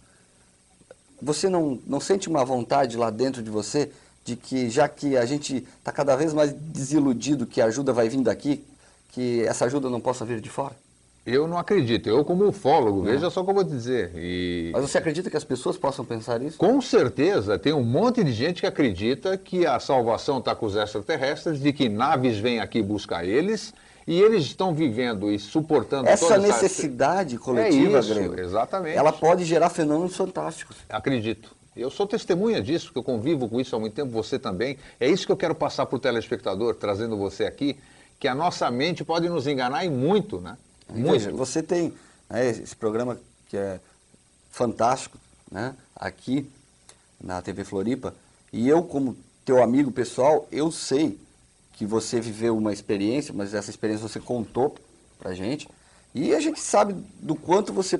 Speaker 3: você não sente uma vontade lá dentro de você de que, já que a gente está cada vez mais desiludido que a ajuda vai vir daqui, que essa ajuda não possa vir de fora?
Speaker 2: Eu não acredito. Eu, como ufólogo, veja só o que eu vou dizer.
Speaker 3: Mas você acredita que as pessoas possam pensar isso?
Speaker 2: Com certeza, tem um monte de gente que acredita que a salvação está com os extraterrestres, de que naves vêm aqui buscar eles, e eles estão vivendo e suportando
Speaker 3: Essa
Speaker 2: toda
Speaker 3: necessidade coletiva,
Speaker 2: isso,
Speaker 3: Grego,
Speaker 2: exatamente.
Speaker 3: ela pode gerar fenômenos fantásticos.
Speaker 2: Acredito. Eu sou testemunha disso, porque eu convivo com isso há muito tempo, você também. É isso que eu quero passar para o telespectador, trazendo você aqui, que a nossa mente pode nos enganar e muito, né? Muito.
Speaker 3: Veja, você tem, né, esse programa que é fantástico, né, aqui na TV Floripa, e eu, como teu amigo pessoal, eu sei que você viveu uma experiência, mas essa experiência você contou pra gente, e a gente sabe do quanto você,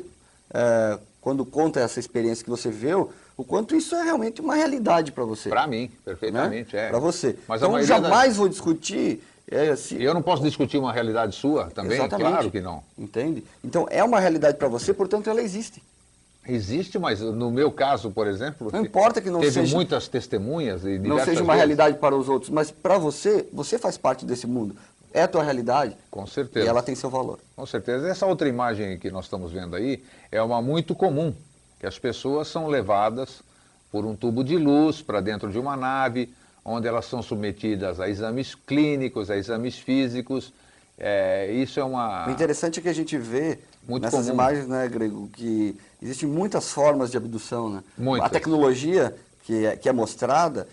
Speaker 3: quando conta essa experiência que você viveu, o quanto isso é realmente uma realidade para você.
Speaker 2: Para mim, perfeitamente,
Speaker 3: né?
Speaker 2: é.
Speaker 3: Para você.
Speaker 2: Mas
Speaker 3: então, jamais vou discutir...
Speaker 2: Eu não posso discutir uma realidade sua também?
Speaker 3: Exatamente.
Speaker 2: Claro que não.
Speaker 3: Entende? Então, é uma realidade para você, portanto, ela existe.
Speaker 2: Existe, mas no meu caso, por exemplo...
Speaker 3: Não importa que não
Speaker 2: teve
Speaker 3: seja...
Speaker 2: muitas testemunhas e
Speaker 3: não seja uma realidade para os outros, mas para você, você faz parte desse mundo. É a tua realidade.
Speaker 2: Com certeza.
Speaker 3: E ela tem seu valor.
Speaker 2: Com certeza. Essa outra imagem que nós estamos vendo aí é uma muito comum, que as pessoas são levadas por um tubo de luz para dentro de uma nave, onde elas são submetidas a exames clínicos, a exames físicos. Isso é uma...
Speaker 3: O interessante é que a gente vê
Speaker 2: muito
Speaker 3: nessas
Speaker 2: comum.
Speaker 3: imagens, né, Grego, que existem muitas formas de abdução. Né?
Speaker 2: Muitas.
Speaker 3: A tecnologia que é mostrada,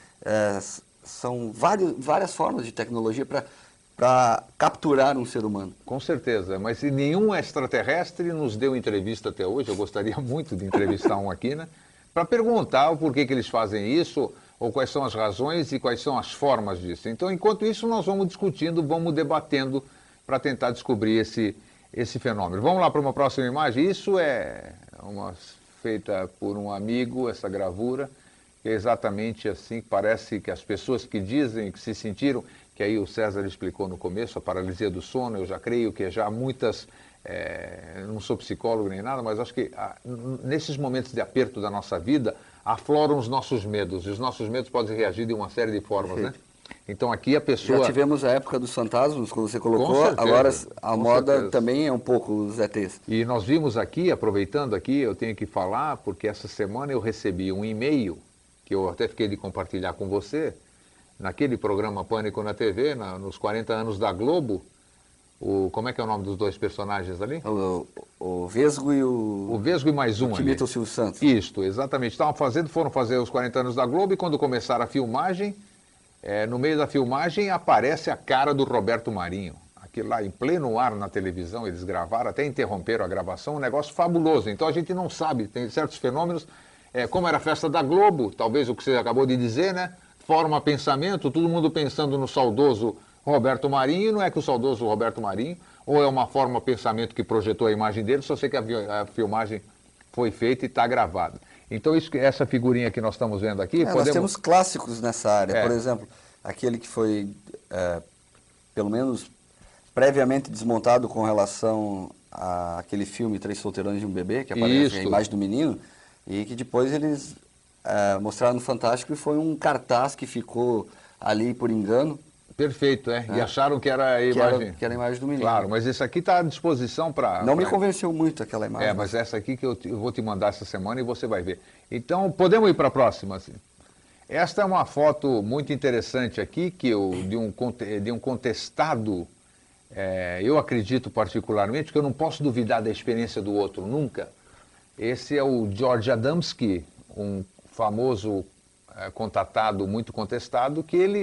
Speaker 3: são várias formas de tecnologia para capturar um ser humano.
Speaker 2: Com certeza, mas nenhum extraterrestre nos deu entrevista até hoje, eu gostaria muito de entrevistar um aqui, né? Para perguntar o porquê que eles fazem isso, ou quais são as razões e quais são as formas disso. Então, enquanto isso, nós vamos discutindo, vamos debatendo para tentar descobrir esse fenômeno. Vamos lá para uma próxima imagem. Isso é feita por um amigo, essa gravura, que é exatamente assim, parece que as pessoas que dizem que se sentiram, que aí o César explicou no começo, a paralisia do sono, eu já creio que já muitas... não sou psicólogo nem nada, mas acho que nesses momentos de aperto da nossa vida, afloram os nossos medos, e os nossos medos podem reagir de uma série de formas,
Speaker 3: Perfeito.
Speaker 2: né? Então aqui a pessoa...
Speaker 3: Já tivemos a época dos fantasmas, como você colocou,
Speaker 2: Com certeza,
Speaker 3: agora a
Speaker 2: com
Speaker 3: moda
Speaker 2: certeza.
Speaker 3: também é um pouco os ETs.
Speaker 2: E nós vimos aqui, aproveitando aqui, eu tenho que falar, porque essa semana eu recebi um e-mail, que eu até fiquei de compartilhar com você, naquele programa Pânico na TV, nos 40 anos da Globo, como é que é o nome dos dois personagens ali?
Speaker 3: O Vesgo e
Speaker 2: O Vesgo e mais um
Speaker 3: que
Speaker 2: ali.
Speaker 3: imita o Silvio Santos.
Speaker 2: Isto, exatamente. Foram fazer os 40 anos da Globo e quando começaram a filmagem, no meio da filmagem aparece a cara do Roberto Marinho. Aquilo lá, em pleno ar na televisão, eles gravaram, até interromperam a gravação, um negócio fabuloso. Então a gente não sabe, tem certos fenômenos, como era a festa da Globo, talvez o que você acabou de dizer, né? Forma pensamento, todo mundo pensando no saudoso Roberto Marinho, não é que o saudoso Roberto Marinho, ou é uma forma pensamento que projetou a imagem dele, só sei que a filmagem foi feita e está gravada. Então essa figurinha que nós estamos vendo aqui...
Speaker 3: Nós temos clássicos nessa área, por exemplo, aquele que foi, pelo menos, previamente desmontado com relação àquele filme Três Solteirões e um Bebê, que aparece a imagem do menino, e que depois eles mostraram no Fantástico e foi um cartaz que ficou ali por engano.
Speaker 2: Perfeito, E acharam que era a imagem...
Speaker 3: Que era a imagem do menino.
Speaker 2: Claro, mas esse aqui está à disposição para...
Speaker 3: Não me convenceu muito aquela imagem.
Speaker 2: Mas essa aqui que eu vou te mandar essa semana e você vai ver. Então, podemos ir para a próxima. Assim. Esta é uma foto muito interessante aqui, de um contestado, eu acredito particularmente, que eu não posso duvidar da experiência do outro, nunca. Esse é o George Adamski, um famoso contatado muito contestado, que ele...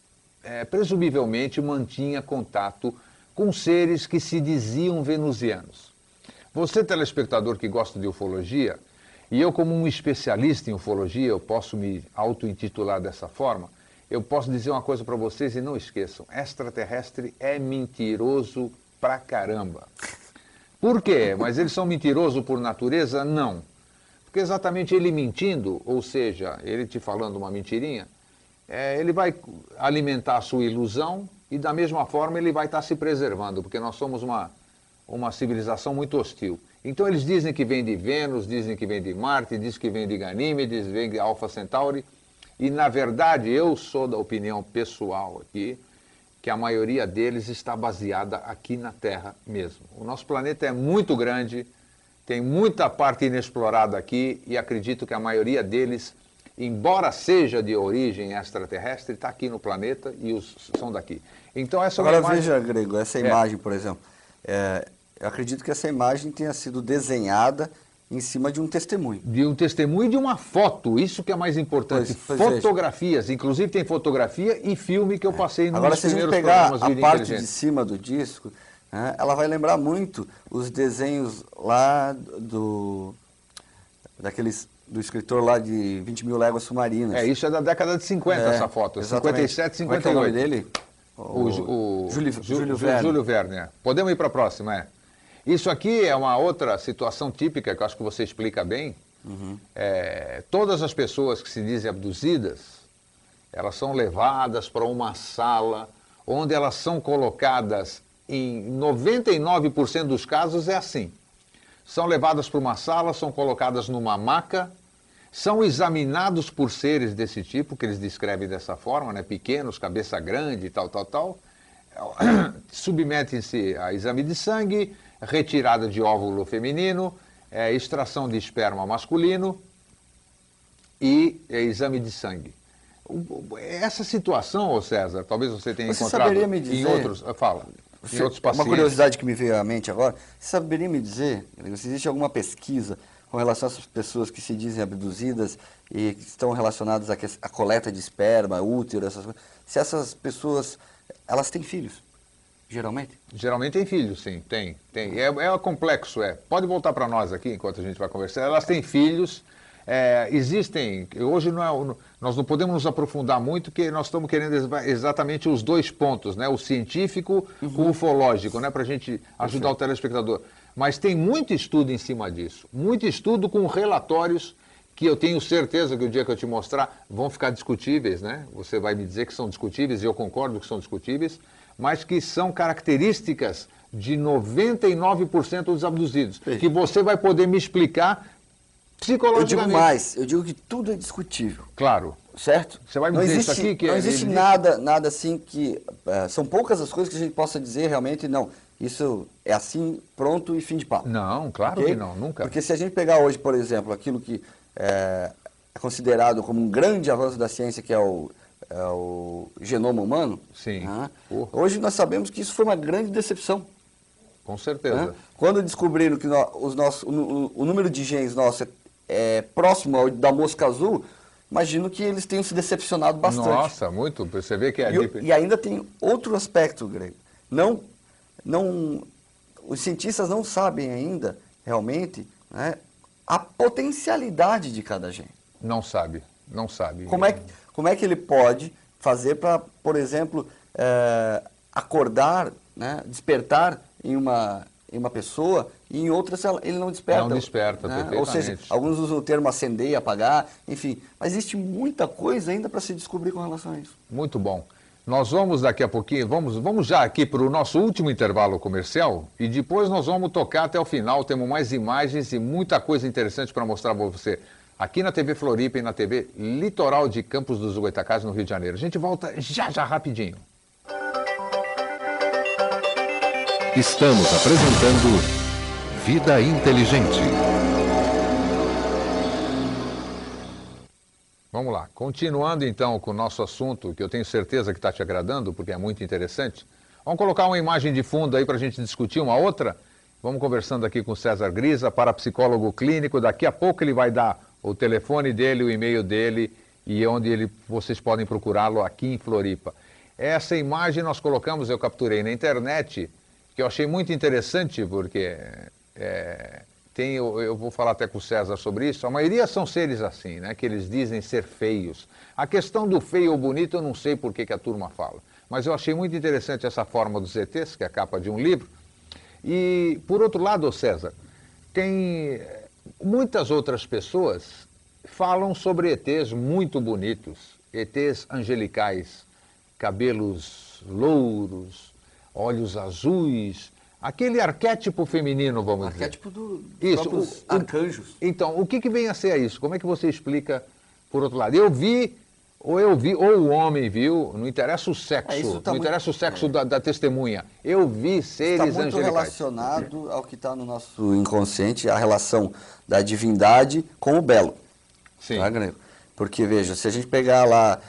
Speaker 2: presumivelmente mantinha contato com seres que se diziam venusianos. Você, telespectador que gosta de ufologia, e eu como um especialista em ufologia, eu posso me auto-intitular dessa forma, eu posso dizer uma coisa para vocês e não esqueçam, extraterrestre é mentiroso pra caramba. Por quê? Mas eles são mentirosos por natureza? Não. Porque exatamente ele mentindo, ou seja, ele te falando uma mentirinha, ele vai alimentar a sua ilusão e da mesma forma ele vai estar se preservando, porque nós somos uma civilização muito hostil. Então eles dizem que vem de Vênus, dizem que vem de Marte, dizem que vem de Ganímedes, vem de Alpha Centauri, e na verdade eu sou da opinião pessoal aqui, que a maioria deles está baseada aqui na Terra mesmo. O nosso planeta é muito grande, tem muita parte inexplorada aqui e acredito que a maioria deles, embora seja de origem extraterrestre, está aqui no planeta e são daqui. Então essa
Speaker 3: Agora
Speaker 2: imagem...
Speaker 3: veja, Grego, essa imagem, por exemplo, eu acredito que essa imagem tenha sido desenhada em cima de um testemunho.
Speaker 2: De um testemunho e de uma foto, isso que é mais importante. Fotografias, inclusive tem fotografia e filme que eu passei nos primeiros programas.
Speaker 3: Agora, se a gente pegar a parte de cima do disco, né, ela vai lembrar muito os desenhos lá do escritor lá de 20 Mil Léguas Submarinas.
Speaker 2: Isso é da década de 50, essa foto,
Speaker 3: exatamente.
Speaker 2: 57, 58.
Speaker 3: Como é que é o nome dele?
Speaker 2: Júlio Verne. Podemos ir para a próxima, Isso aqui é uma outra situação típica que eu acho que você explica bem. Todas as pessoas que se dizem abduzidas, elas são levadas para uma sala onde elas são colocadas, em 99% dos casos é assim. São levadas para uma sala, são colocadas numa maca, são examinados por seres desse tipo, que eles descrevem dessa forma, né? Pequenos, cabeça grande, tal. Submetem-se a exame de sangue, retirada de óvulo feminino, extração de esperma masculino e exame de sangue. Essa situação, ô César, talvez você tenha encontrado em outros... Fala. Em outros pacientes.
Speaker 3: Uma curiosidade que me veio à mente agora, você saberia me dizer se existe alguma pesquisa com relação a essas pessoas que se dizem abduzidas e que estão relacionadas à coleta de esperma, útero, essas coisas, se essas pessoas, elas têm filhos, geralmente?
Speaker 2: Geralmente tem filhos, sim, tem. É complexo, Pode voltar para nós aqui, enquanto a gente vai conversar. Elas têm filhos, existem, hoje nós não podemos nos aprofundar muito, porque nós estamos querendo exatamente os dois pontos, né? O científico com o ufológico, né? Para a gente ajudar o telespectador. Mas tem muito estudo em cima disso, muito estudo com relatórios que eu tenho certeza que o dia que eu te mostrar vão ficar discutíveis, né? Você vai me dizer que são discutíveis, e eu concordo que são discutíveis, mas que são características de 99% dos abduzidos, que você vai poder me explicar psicologicamente.
Speaker 3: Eu digo mais, eu digo que tudo é discutível.
Speaker 2: Claro.
Speaker 3: Certo?
Speaker 2: Você vai me dizer isso aqui?
Speaker 3: Não existe nada assim que... são poucas as coisas que a gente possa dizer realmente, não, isso é assim, pronto e fim de papo.
Speaker 2: Não, claro que não, nunca.
Speaker 3: Porque se a gente pegar hoje, por exemplo, aquilo que é considerado como um grande avanço da ciência, que é o genoma humano,
Speaker 2: sim.
Speaker 3: Hoje nós sabemos que isso foi uma grande decepção.
Speaker 2: Com certeza.
Speaker 3: Quando descobriram que o número de genes nosso é próximo ao da mosca azul, imagino que eles tenham se decepcionado bastante.
Speaker 2: Nossa, muito. Você vê que
Speaker 3: E ainda tem outro aspecto, Grego. Os cientistas não sabem ainda, realmente, né, a potencialidade de cada gene.
Speaker 2: Não sabe.
Speaker 3: Como é que ele pode fazer para, por exemplo, acordar, né, despertar em uma pessoa e em outras ele não desperta.
Speaker 2: Não desperta, né?
Speaker 3: Ou seja, alguns usam o termo acender e apagar, enfim. Mas existe muita coisa ainda para se descobrir com relação a isso.
Speaker 2: Muito bom. Nós vamos daqui a pouquinho, vamos já aqui para o nosso último intervalo comercial e depois nós vamos tocar até o final, temos mais imagens e muita coisa interessante para mostrar para você aqui na TV Floripa e na TV Litoral de Campos dos Goytacazes, no Rio de Janeiro. A gente volta já rapidinho.
Speaker 1: Estamos apresentando Vida Inteligente.
Speaker 2: Vamos lá, continuando então com o nosso assunto, que eu tenho certeza que está te agradando, porque é muito interessante. Vamos colocar uma imagem de fundo aí para a gente discutir uma outra? Vamos conversando aqui com o César Grisa, parapsicólogo clínico. Daqui a pouco ele vai dar o telefone dele, o e-mail dele e onde vocês podem procurá-lo aqui em Floripa. Essa imagem nós colocamos, eu capturei na internet, que eu achei muito interessante, porque eu vou falar até com o César sobre isso, a maioria são seres assim, né, que eles dizem ser feios. A questão do feio ou bonito eu não sei por que a turma fala, mas eu achei muito interessante essa forma dos ETs, que é a capa de um livro. E, por outro lado, César, tem muitas outras pessoas falam sobre ETs muito bonitos, ETs angelicais, cabelos louros, olhos azuis, aquele arquétipo feminino, vamos dizer.
Speaker 3: Arquétipo dos
Speaker 2: Isso,
Speaker 3: próprios arcanjos.
Speaker 2: Então, o que vem a ser isso? Como é que você explica, por outro lado? Eu vi, ou o homem viu, não interessa o sexo, não interessa o sexo da testemunha. Eu vi seres angelicais.
Speaker 3: Está muito relacionado ao que está no nosso inconsciente, a relação da divindade com o belo.
Speaker 2: Sim.
Speaker 3: Tá, Grego? Porque, veja, se a gente pegar lá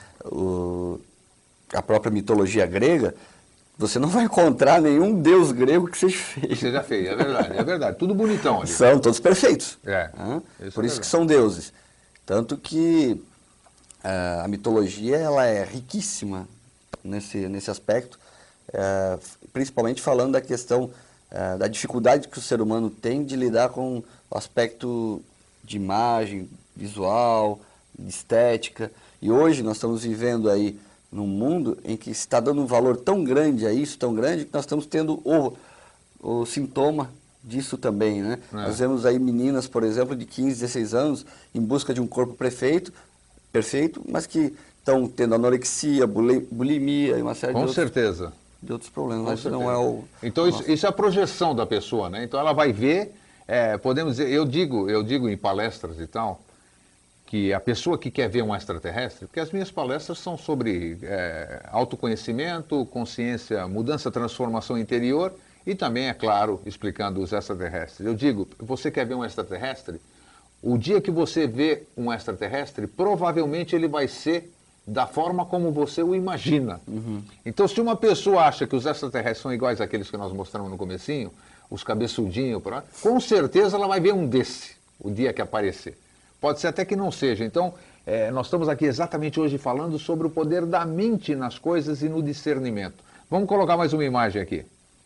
Speaker 3: a própria mitologia grega, você não vai encontrar nenhum deus grego que seja feio.
Speaker 2: Que seja feio, é verdade. Tudo bonitão ali.
Speaker 3: São todos perfeitos. Por isso que são deuses. Tanto que a mitologia ela é riquíssima nesse aspecto, principalmente falando da questão da dificuldade que o ser humano tem de lidar com o aspecto de imagem, visual, estética. E hoje nós estamos vivendo aí num mundo em que está dando um valor tão grande a isso, tão grande, que nós estamos tendo o sintoma disso também, né? Nós vemos aí meninas, por exemplo, de 15, 16 anos, em busca de um corpo perfeito, mas que estão tendo anorexia, bulimia e uma série
Speaker 2: de
Speaker 3: outros problemas. Mas não é
Speaker 2: então isso é a projeção da pessoa, né? Então ela vai ver, podemos dizer, eu digo em palestras e tal, que a pessoa que quer ver um extraterrestre, porque as minhas palestras são sobre autoconhecimento, consciência, mudança, transformação interior e também, é claro, explicando os extraterrestres. Eu digo, você quer ver um extraterrestre? O dia que você vê um extraterrestre, provavelmente ele vai ser da forma como você o imagina. Então, se uma pessoa acha que os extraterrestres são iguais àqueles que nós mostramos no comecinho, os cabeçudinhos, com certeza ela vai ver um desse, o dia que aparecer. Pode ser até que não seja. Então, nós estamos aqui exatamente hoje falando sobre o poder da mente nas coisas e no discernimento. Vamos colocar mais uma imagem aqui.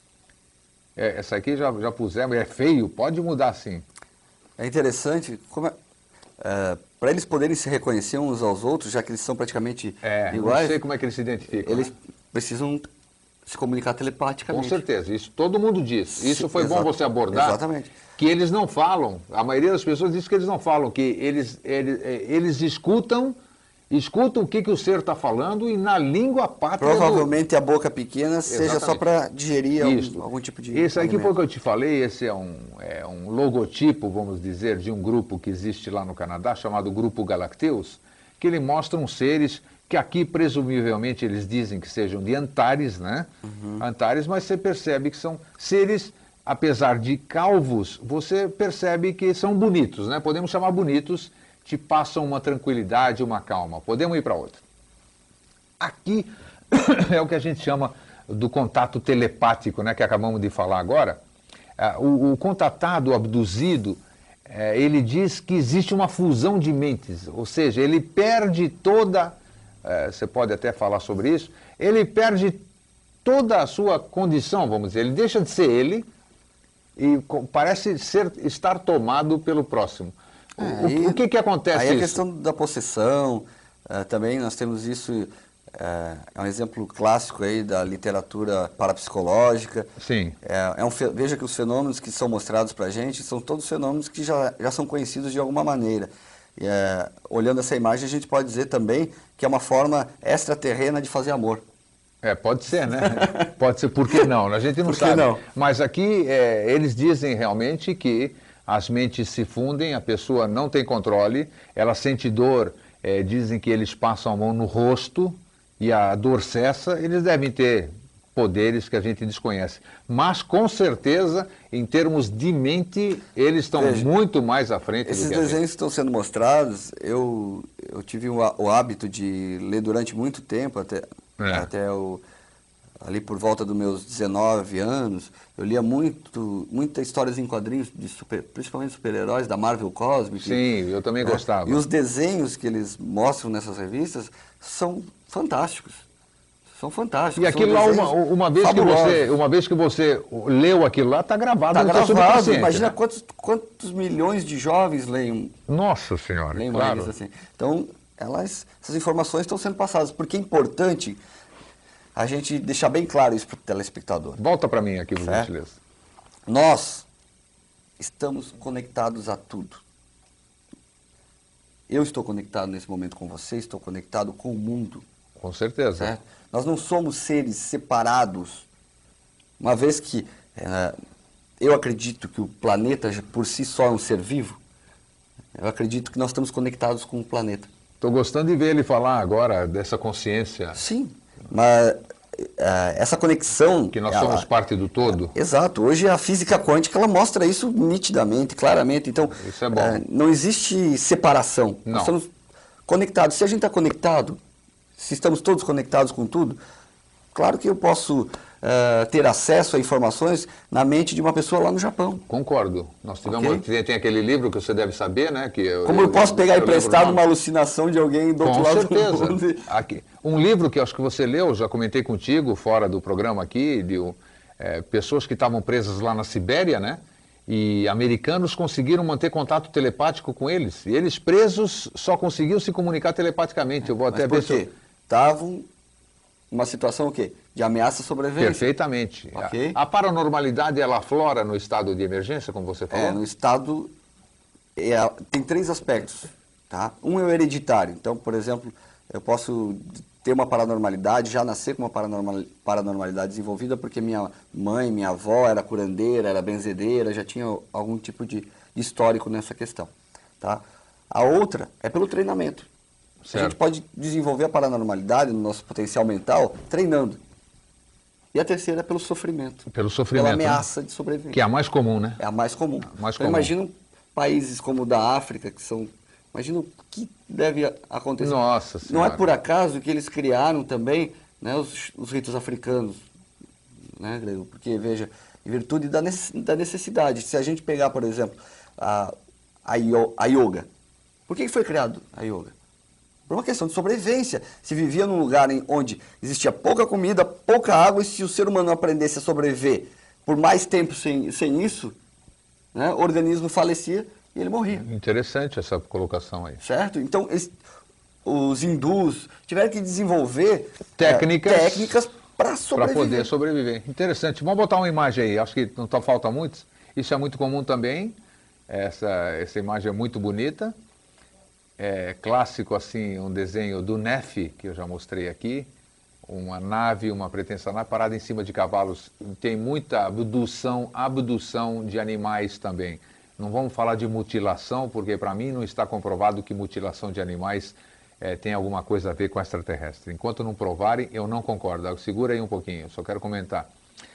Speaker 2: Essa aqui já pusemos, é feio, pode mudar sim.
Speaker 3: É interessante, para eles poderem se reconhecer uns aos outros, já que eles são praticamente iguais.
Speaker 2: Não sei como é que eles se identificam.
Speaker 3: Eles precisam se comunicar telepaticamente.
Speaker 2: Com certeza, isso todo mundo diz. Isso foi bom você abordar.
Speaker 3: Exatamente.
Speaker 2: Que eles não falam, a maioria das pessoas diz que eles não falam, que eles escutam o que o ser está falando e na língua pátria
Speaker 3: provavelmente a boca pequena seja só para digerir algum tipo de
Speaker 2: Esse aqui
Speaker 3: alimento.
Speaker 2: foi o que eu te falei, esse é um logotipo, vamos dizer, de um grupo que existe lá no Canadá, chamado Grupo Galacteus, que ele mostra uns seres que aqui, presumivelmente, eles dizem que sejam de Antares, né? Antares, mas você percebe que são seres, apesar de calvos, você percebe que são bonitos, né? Podemos chamar bonitos, te passam uma tranquilidade, uma calma. Podemos ir para outra. Aqui é o que a gente chama do contato telepático, né? Que acabamos de falar agora. O contatado, o abduzido, ele diz que existe uma fusão de mentes, ou seja, ele perde toda... você pode até falar sobre isso, ele perde toda a sua condição, vamos dizer, ele deixa de ser ele e parece estar tomado pelo próximo. O que acontece
Speaker 3: aí
Speaker 2: isso?
Speaker 3: A questão da possessão, também nós temos isso, é um exemplo clássico aí da literatura parapsicológica.
Speaker 2: Sim.
Speaker 3: Veja que os fenômenos que são mostrados para a gente são todos fenômenos que já são conhecidos de alguma maneira. Olhando essa imagem, a gente pode dizer também que é uma forma extraterrena de fazer amor.
Speaker 2: Pode ser, né? Pode ser, por que não? A gente não sabe. Não? Mas aqui eles dizem realmente que as mentes se fundem, a pessoa não tem controle, ela sente dor, dizem que eles passam a mão no rosto e a dor cessa, eles devem ter poderes que a gente desconhece. Mas, com certeza, em termos de mente, eles estão muito mais à frente do que a gente.
Speaker 3: Esses desenhos que estão sendo mostrados, eu tive o hábito de ler durante muito tempo, até ali por volta dos meus 19 anos, eu lia muitas histórias em quadrinhos, principalmente super-heróis, da Marvel Cosmic.
Speaker 2: Sim, eu também gostava.
Speaker 3: E os desenhos que eles mostram nessas revistas são fantásticos. são fantásticos.
Speaker 2: E aquilo lá, uma vez que você leu aquilo lá, está gravado
Speaker 3: no teu subconsciente. Imagina,
Speaker 2: né?
Speaker 3: quantos milhões de jovens leem.
Speaker 2: Nossa Senhora,
Speaker 3: leem
Speaker 2: claro.
Speaker 3: Uma revista assim. Então, essas informações estão sendo passadas, porque é importante a gente deixar bem claro isso para o telespectador.
Speaker 2: Volta para mim aqui, por gentileza.
Speaker 3: Nós estamos conectados a tudo. Eu estou conectado nesse momento com você, estou conectado com o mundo.
Speaker 2: Com certeza.
Speaker 3: Certo? Nós não somos seres separados, uma vez que eu acredito que o planeta por si só é um ser vivo, eu acredito que nós estamos conectados com o planeta.
Speaker 2: Estou gostando de ver ele falar agora dessa consciência.
Speaker 3: Sim, mas essa conexão...
Speaker 2: Que nós somos parte do todo.
Speaker 3: Exato. Hoje a física quântica ela mostra isso nitidamente, claramente. Então,
Speaker 2: isso é bom.
Speaker 3: Não existe separação.
Speaker 2: Não.
Speaker 3: Nós estamos conectados. Se a gente está conectado, se estamos todos conectados com tudo, claro que eu posso ter acesso a informações na mente de uma pessoa lá no Japão.
Speaker 2: Concordo. Nós tivemos, tem aquele livro que você deve saber, né?
Speaker 3: Como eu posso pegar emprestado uma alucinação de alguém do outro lado do mundo?
Speaker 2: Com certeza. Aqui, um livro que eu acho que você leu, já comentei contigo, fora do programa aqui, de pessoas que estavam presas lá na Sibéria, né? E americanos conseguiram manter contato telepático com eles. E eles presos só conseguiam se comunicar telepaticamente. Eu vou até ver se...
Speaker 3: Estavam uma situação o quê? De ameaça à sobrevivência.
Speaker 2: Perfeitamente.
Speaker 3: Okay.
Speaker 2: A paranormalidade, ela aflora no estado de emergência, como você falou?
Speaker 3: No estado... tem 3 aspectos. Tá? Um é o hereditário. Então, por exemplo, eu posso ter uma paranormalidade, já nascer com uma paranormalidade desenvolvida, porque minha mãe, minha avó era curandeira, era benzedeira, já tinha algum tipo de histórico nessa questão. Tá? A outra é pelo treinamento. Certo. A gente pode desenvolver a paranormalidade no nosso potencial mental treinando. E a terceira é pelo sofrimento.
Speaker 2: Pelo sofrimento.
Speaker 3: Pela ameaça de sobrevivência.
Speaker 2: Que é a mais comum, né?
Speaker 3: É a mais comum.
Speaker 2: Mais
Speaker 3: então,
Speaker 2: comum.
Speaker 3: imagina países como o da África, que são... Imagina o que deve acontecer.
Speaker 2: Nossa Senhora.
Speaker 3: Não é por acaso que eles criaram também, né, os ritos africanos, né, Grego? Porque, veja, em virtude da necessidade. Se a gente pegar, por exemplo, a yoga. Por que foi criado a yoga? Por uma questão de sobrevivência. Se vivia num lugar onde existia pouca comida, pouca água, e se o ser humano aprendesse a sobreviver por mais tempo sem isso, né, o organismo falecia e ele morria.
Speaker 2: Interessante essa colocação aí.
Speaker 3: Certo? Então, os hindus tiveram que desenvolver
Speaker 2: técnicas
Speaker 3: para sobreviver.
Speaker 2: Para poder sobreviver. Interessante. Vamos botar uma imagem aí. Acho que não falta muito. Isso é muito comum também. Essa imagem é muito bonita. É clássico, assim, um desenho do Nefe, que eu já mostrei aqui. Uma nave, uma pretensa nave parada em cima de cavalos. Tem muita abdução de animais também. Não vamos falar de mutilação, porque para mim não está comprovado que mutilação de animais tem alguma coisa a ver com extraterrestre. Enquanto não provarem, eu não concordo. Segura aí um pouquinho, só quero comentar.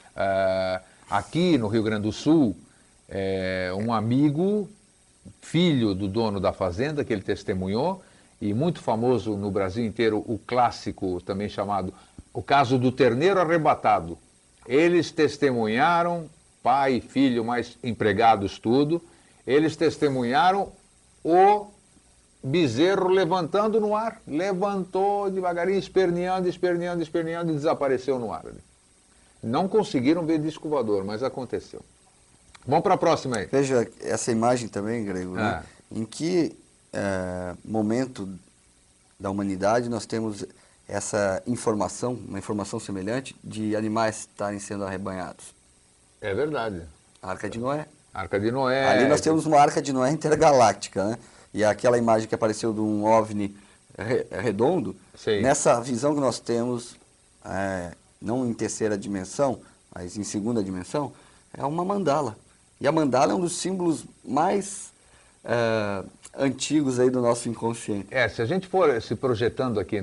Speaker 2: Aqui no Rio Grande do Sul, um amigo, filho do dono da fazenda, que ele testemunhou, e muito famoso no Brasil inteiro, o clássico também chamado o caso do terneiro arrebatado. Eles testemunharam, pai, filho, mais empregados, tudo, eles testemunharam o bezerro levantando no ar. Levantou devagarinho, esperneando e desapareceu no ar. Não conseguiram ver disco voador, mas aconteceu. Vamos para a próxima aí.
Speaker 3: Veja essa imagem também, Grego, né? Em que momento da humanidade nós temos essa informação, uma informação semelhante de animais estarem sendo arrebanhados?
Speaker 2: É verdade.
Speaker 3: A Arca de Noé.
Speaker 2: Arca de Noé.
Speaker 3: Ali nós temos uma Arca de Noé intergaláctica, né? E aquela imagem que apareceu de um OVNI redondo,
Speaker 2: sim,
Speaker 3: nessa visão que nós temos, não em terceira dimensão, mas em segunda dimensão, é uma mandala. E a mandala é um dos símbolos mais antigos aí do nosso inconsciente.
Speaker 2: Se a gente for se projetando aqui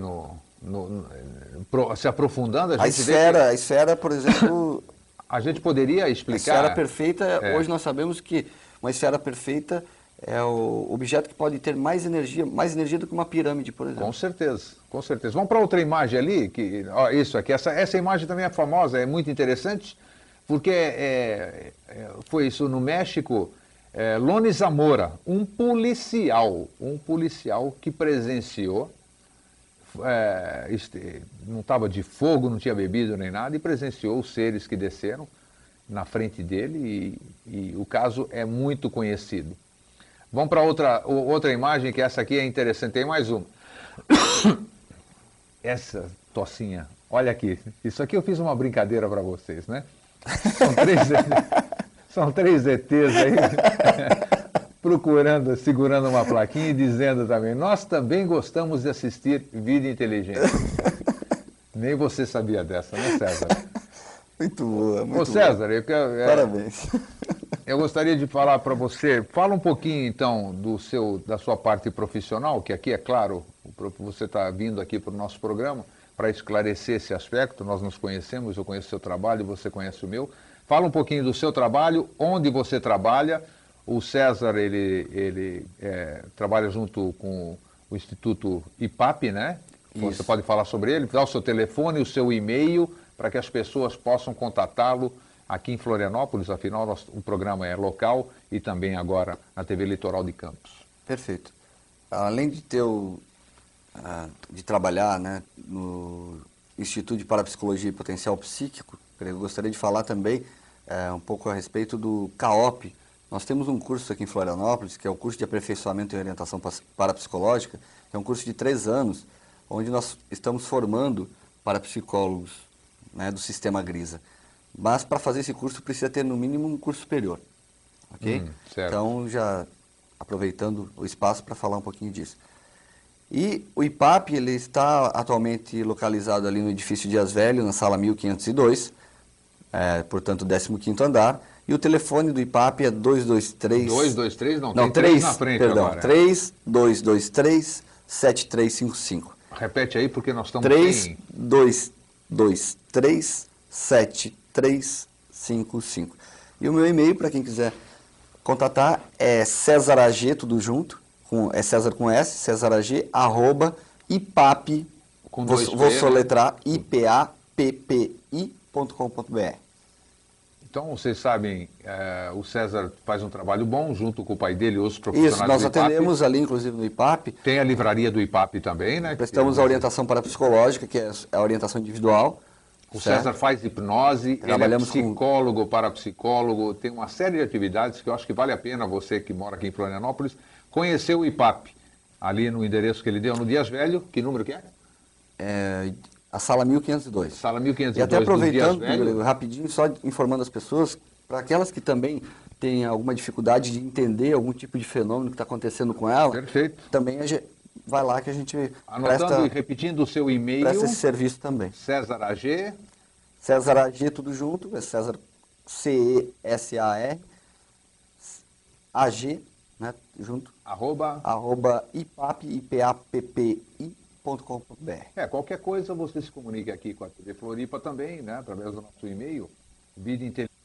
Speaker 2: se aprofundando,
Speaker 3: a esfera, por exemplo...
Speaker 2: A gente poderia explicar...
Speaker 3: A esfera perfeita, hoje nós sabemos que uma esfera perfeita é o objeto que pode ter mais energia do que uma pirâmide, por exemplo.
Speaker 2: Com certeza, com certeza. Vamos para outra imagem ali, isso aqui, essa imagem também é famosa, é muito interessante, porque foi isso no México, Loni Zamora, um policial que presenciou, não estava de fogo, não tinha bebido nem nada, e presenciou os seres que desceram na frente dele, e o caso é muito conhecido. Vamos para outra imagem, que essa aqui é interessante. Tem mais uma. Essa tocinha, olha aqui. Isso aqui eu fiz uma brincadeira para vocês, né? São três ETs aí procurando, segurando uma plaquinha e dizendo também: nós também gostamos de assistir Vida Inteligente. Nem você sabia dessa, né, César?
Speaker 3: Muito boa, muito
Speaker 2: boa. Ô, César,
Speaker 3: parabéns.
Speaker 2: Eu gostaria de falar para você, fala um pouquinho então da sua parte profissional, que aqui é claro, você está vindo aqui para o nosso programa para esclarecer esse aspecto. Nós nos conhecemos, eu conheço o seu trabalho, você conhece o meu. Fala um pouquinho do seu trabalho, onde você trabalha. O César, ele trabalha junto com o Instituto IPAP, né? Isso. Você pode falar sobre ele, dá o seu telefone, o seu e-mail, para que as pessoas possam contatá-lo aqui em Florianópolis. Afinal, o programa é local e também agora na TV Litoral de Campos.
Speaker 3: Perfeito. Além de de trabalhar, né, no Instituto de Parapsicologia e Potencial Psíquico, eu gostaria de falar também um pouco a respeito do CAOP. Nós temos um curso aqui em Florianópolis, que é o curso de aperfeiçoamento e orientação parapsicológica, que é um curso de 3 anos, onde nós estamos formando parapsicólogos, né, do Sistema Grisa. Mas para fazer esse curso precisa ter no mínimo um curso superior, ok?
Speaker 2: Certo.
Speaker 3: Então, já aproveitando o espaço para falar um pouquinho disso. E o IPAP, ele está atualmente localizado ali no edifício Dias Velho, na sala 1502, portanto, 15º andar. E o telefone do IPAP é 223...
Speaker 2: 223? Não,
Speaker 3: tem
Speaker 2: 3 na frente
Speaker 3: perdão,
Speaker 2: agora.
Speaker 3: 3223-7355.
Speaker 2: Repete aí, porque nós estamos
Speaker 3: 3223-7355. E o meu e-mail, para quem quiser contatar, é cesarag, tudo junto, é César com S, cesarag, @ipap, vou soletrar, ipappi.com.br.
Speaker 2: Então, vocês sabem, o César faz um trabalho bom junto com o pai dele e os profissionais
Speaker 3: Isso, nós
Speaker 2: do IPAP.
Speaker 3: atendemos ali, inclusive, no IPAP.
Speaker 2: Tem a livraria do IPAP também, né?
Speaker 3: Prestamos a orientação parapsicológica, que é a orientação individual.
Speaker 2: O César faz hipnose,
Speaker 3: Trabalhamos
Speaker 2: ele é psicólogo, parapsicólogo, tem uma série de atividades que eu acho que vale a pena você que mora aqui em Florianópolis conhecer o IPAP, ali no endereço que ele deu, no Dias Velho. Que número que é?
Speaker 3: A sala 1502.
Speaker 2: Sala 1502
Speaker 3: e até aproveitando,
Speaker 2: do Dias Velho,
Speaker 3: rapidinho, só informando as pessoas, para aquelas que também têm alguma dificuldade de entender algum tipo de fenômeno que está acontecendo com ela,
Speaker 2: perfeito.
Speaker 3: Também vai lá que a gente
Speaker 2: anotando e repetindo o seu e-mail.
Speaker 3: Presta esse serviço também.
Speaker 2: cesarag.
Speaker 3: Cesarag, tudo junto, é César, CESAR, AG, né, junto, @ipappi.com.br.
Speaker 2: Qualquer coisa você se comunica aqui com a TV Floripa também, né, através do nosso e-mail, Vida Inteligente.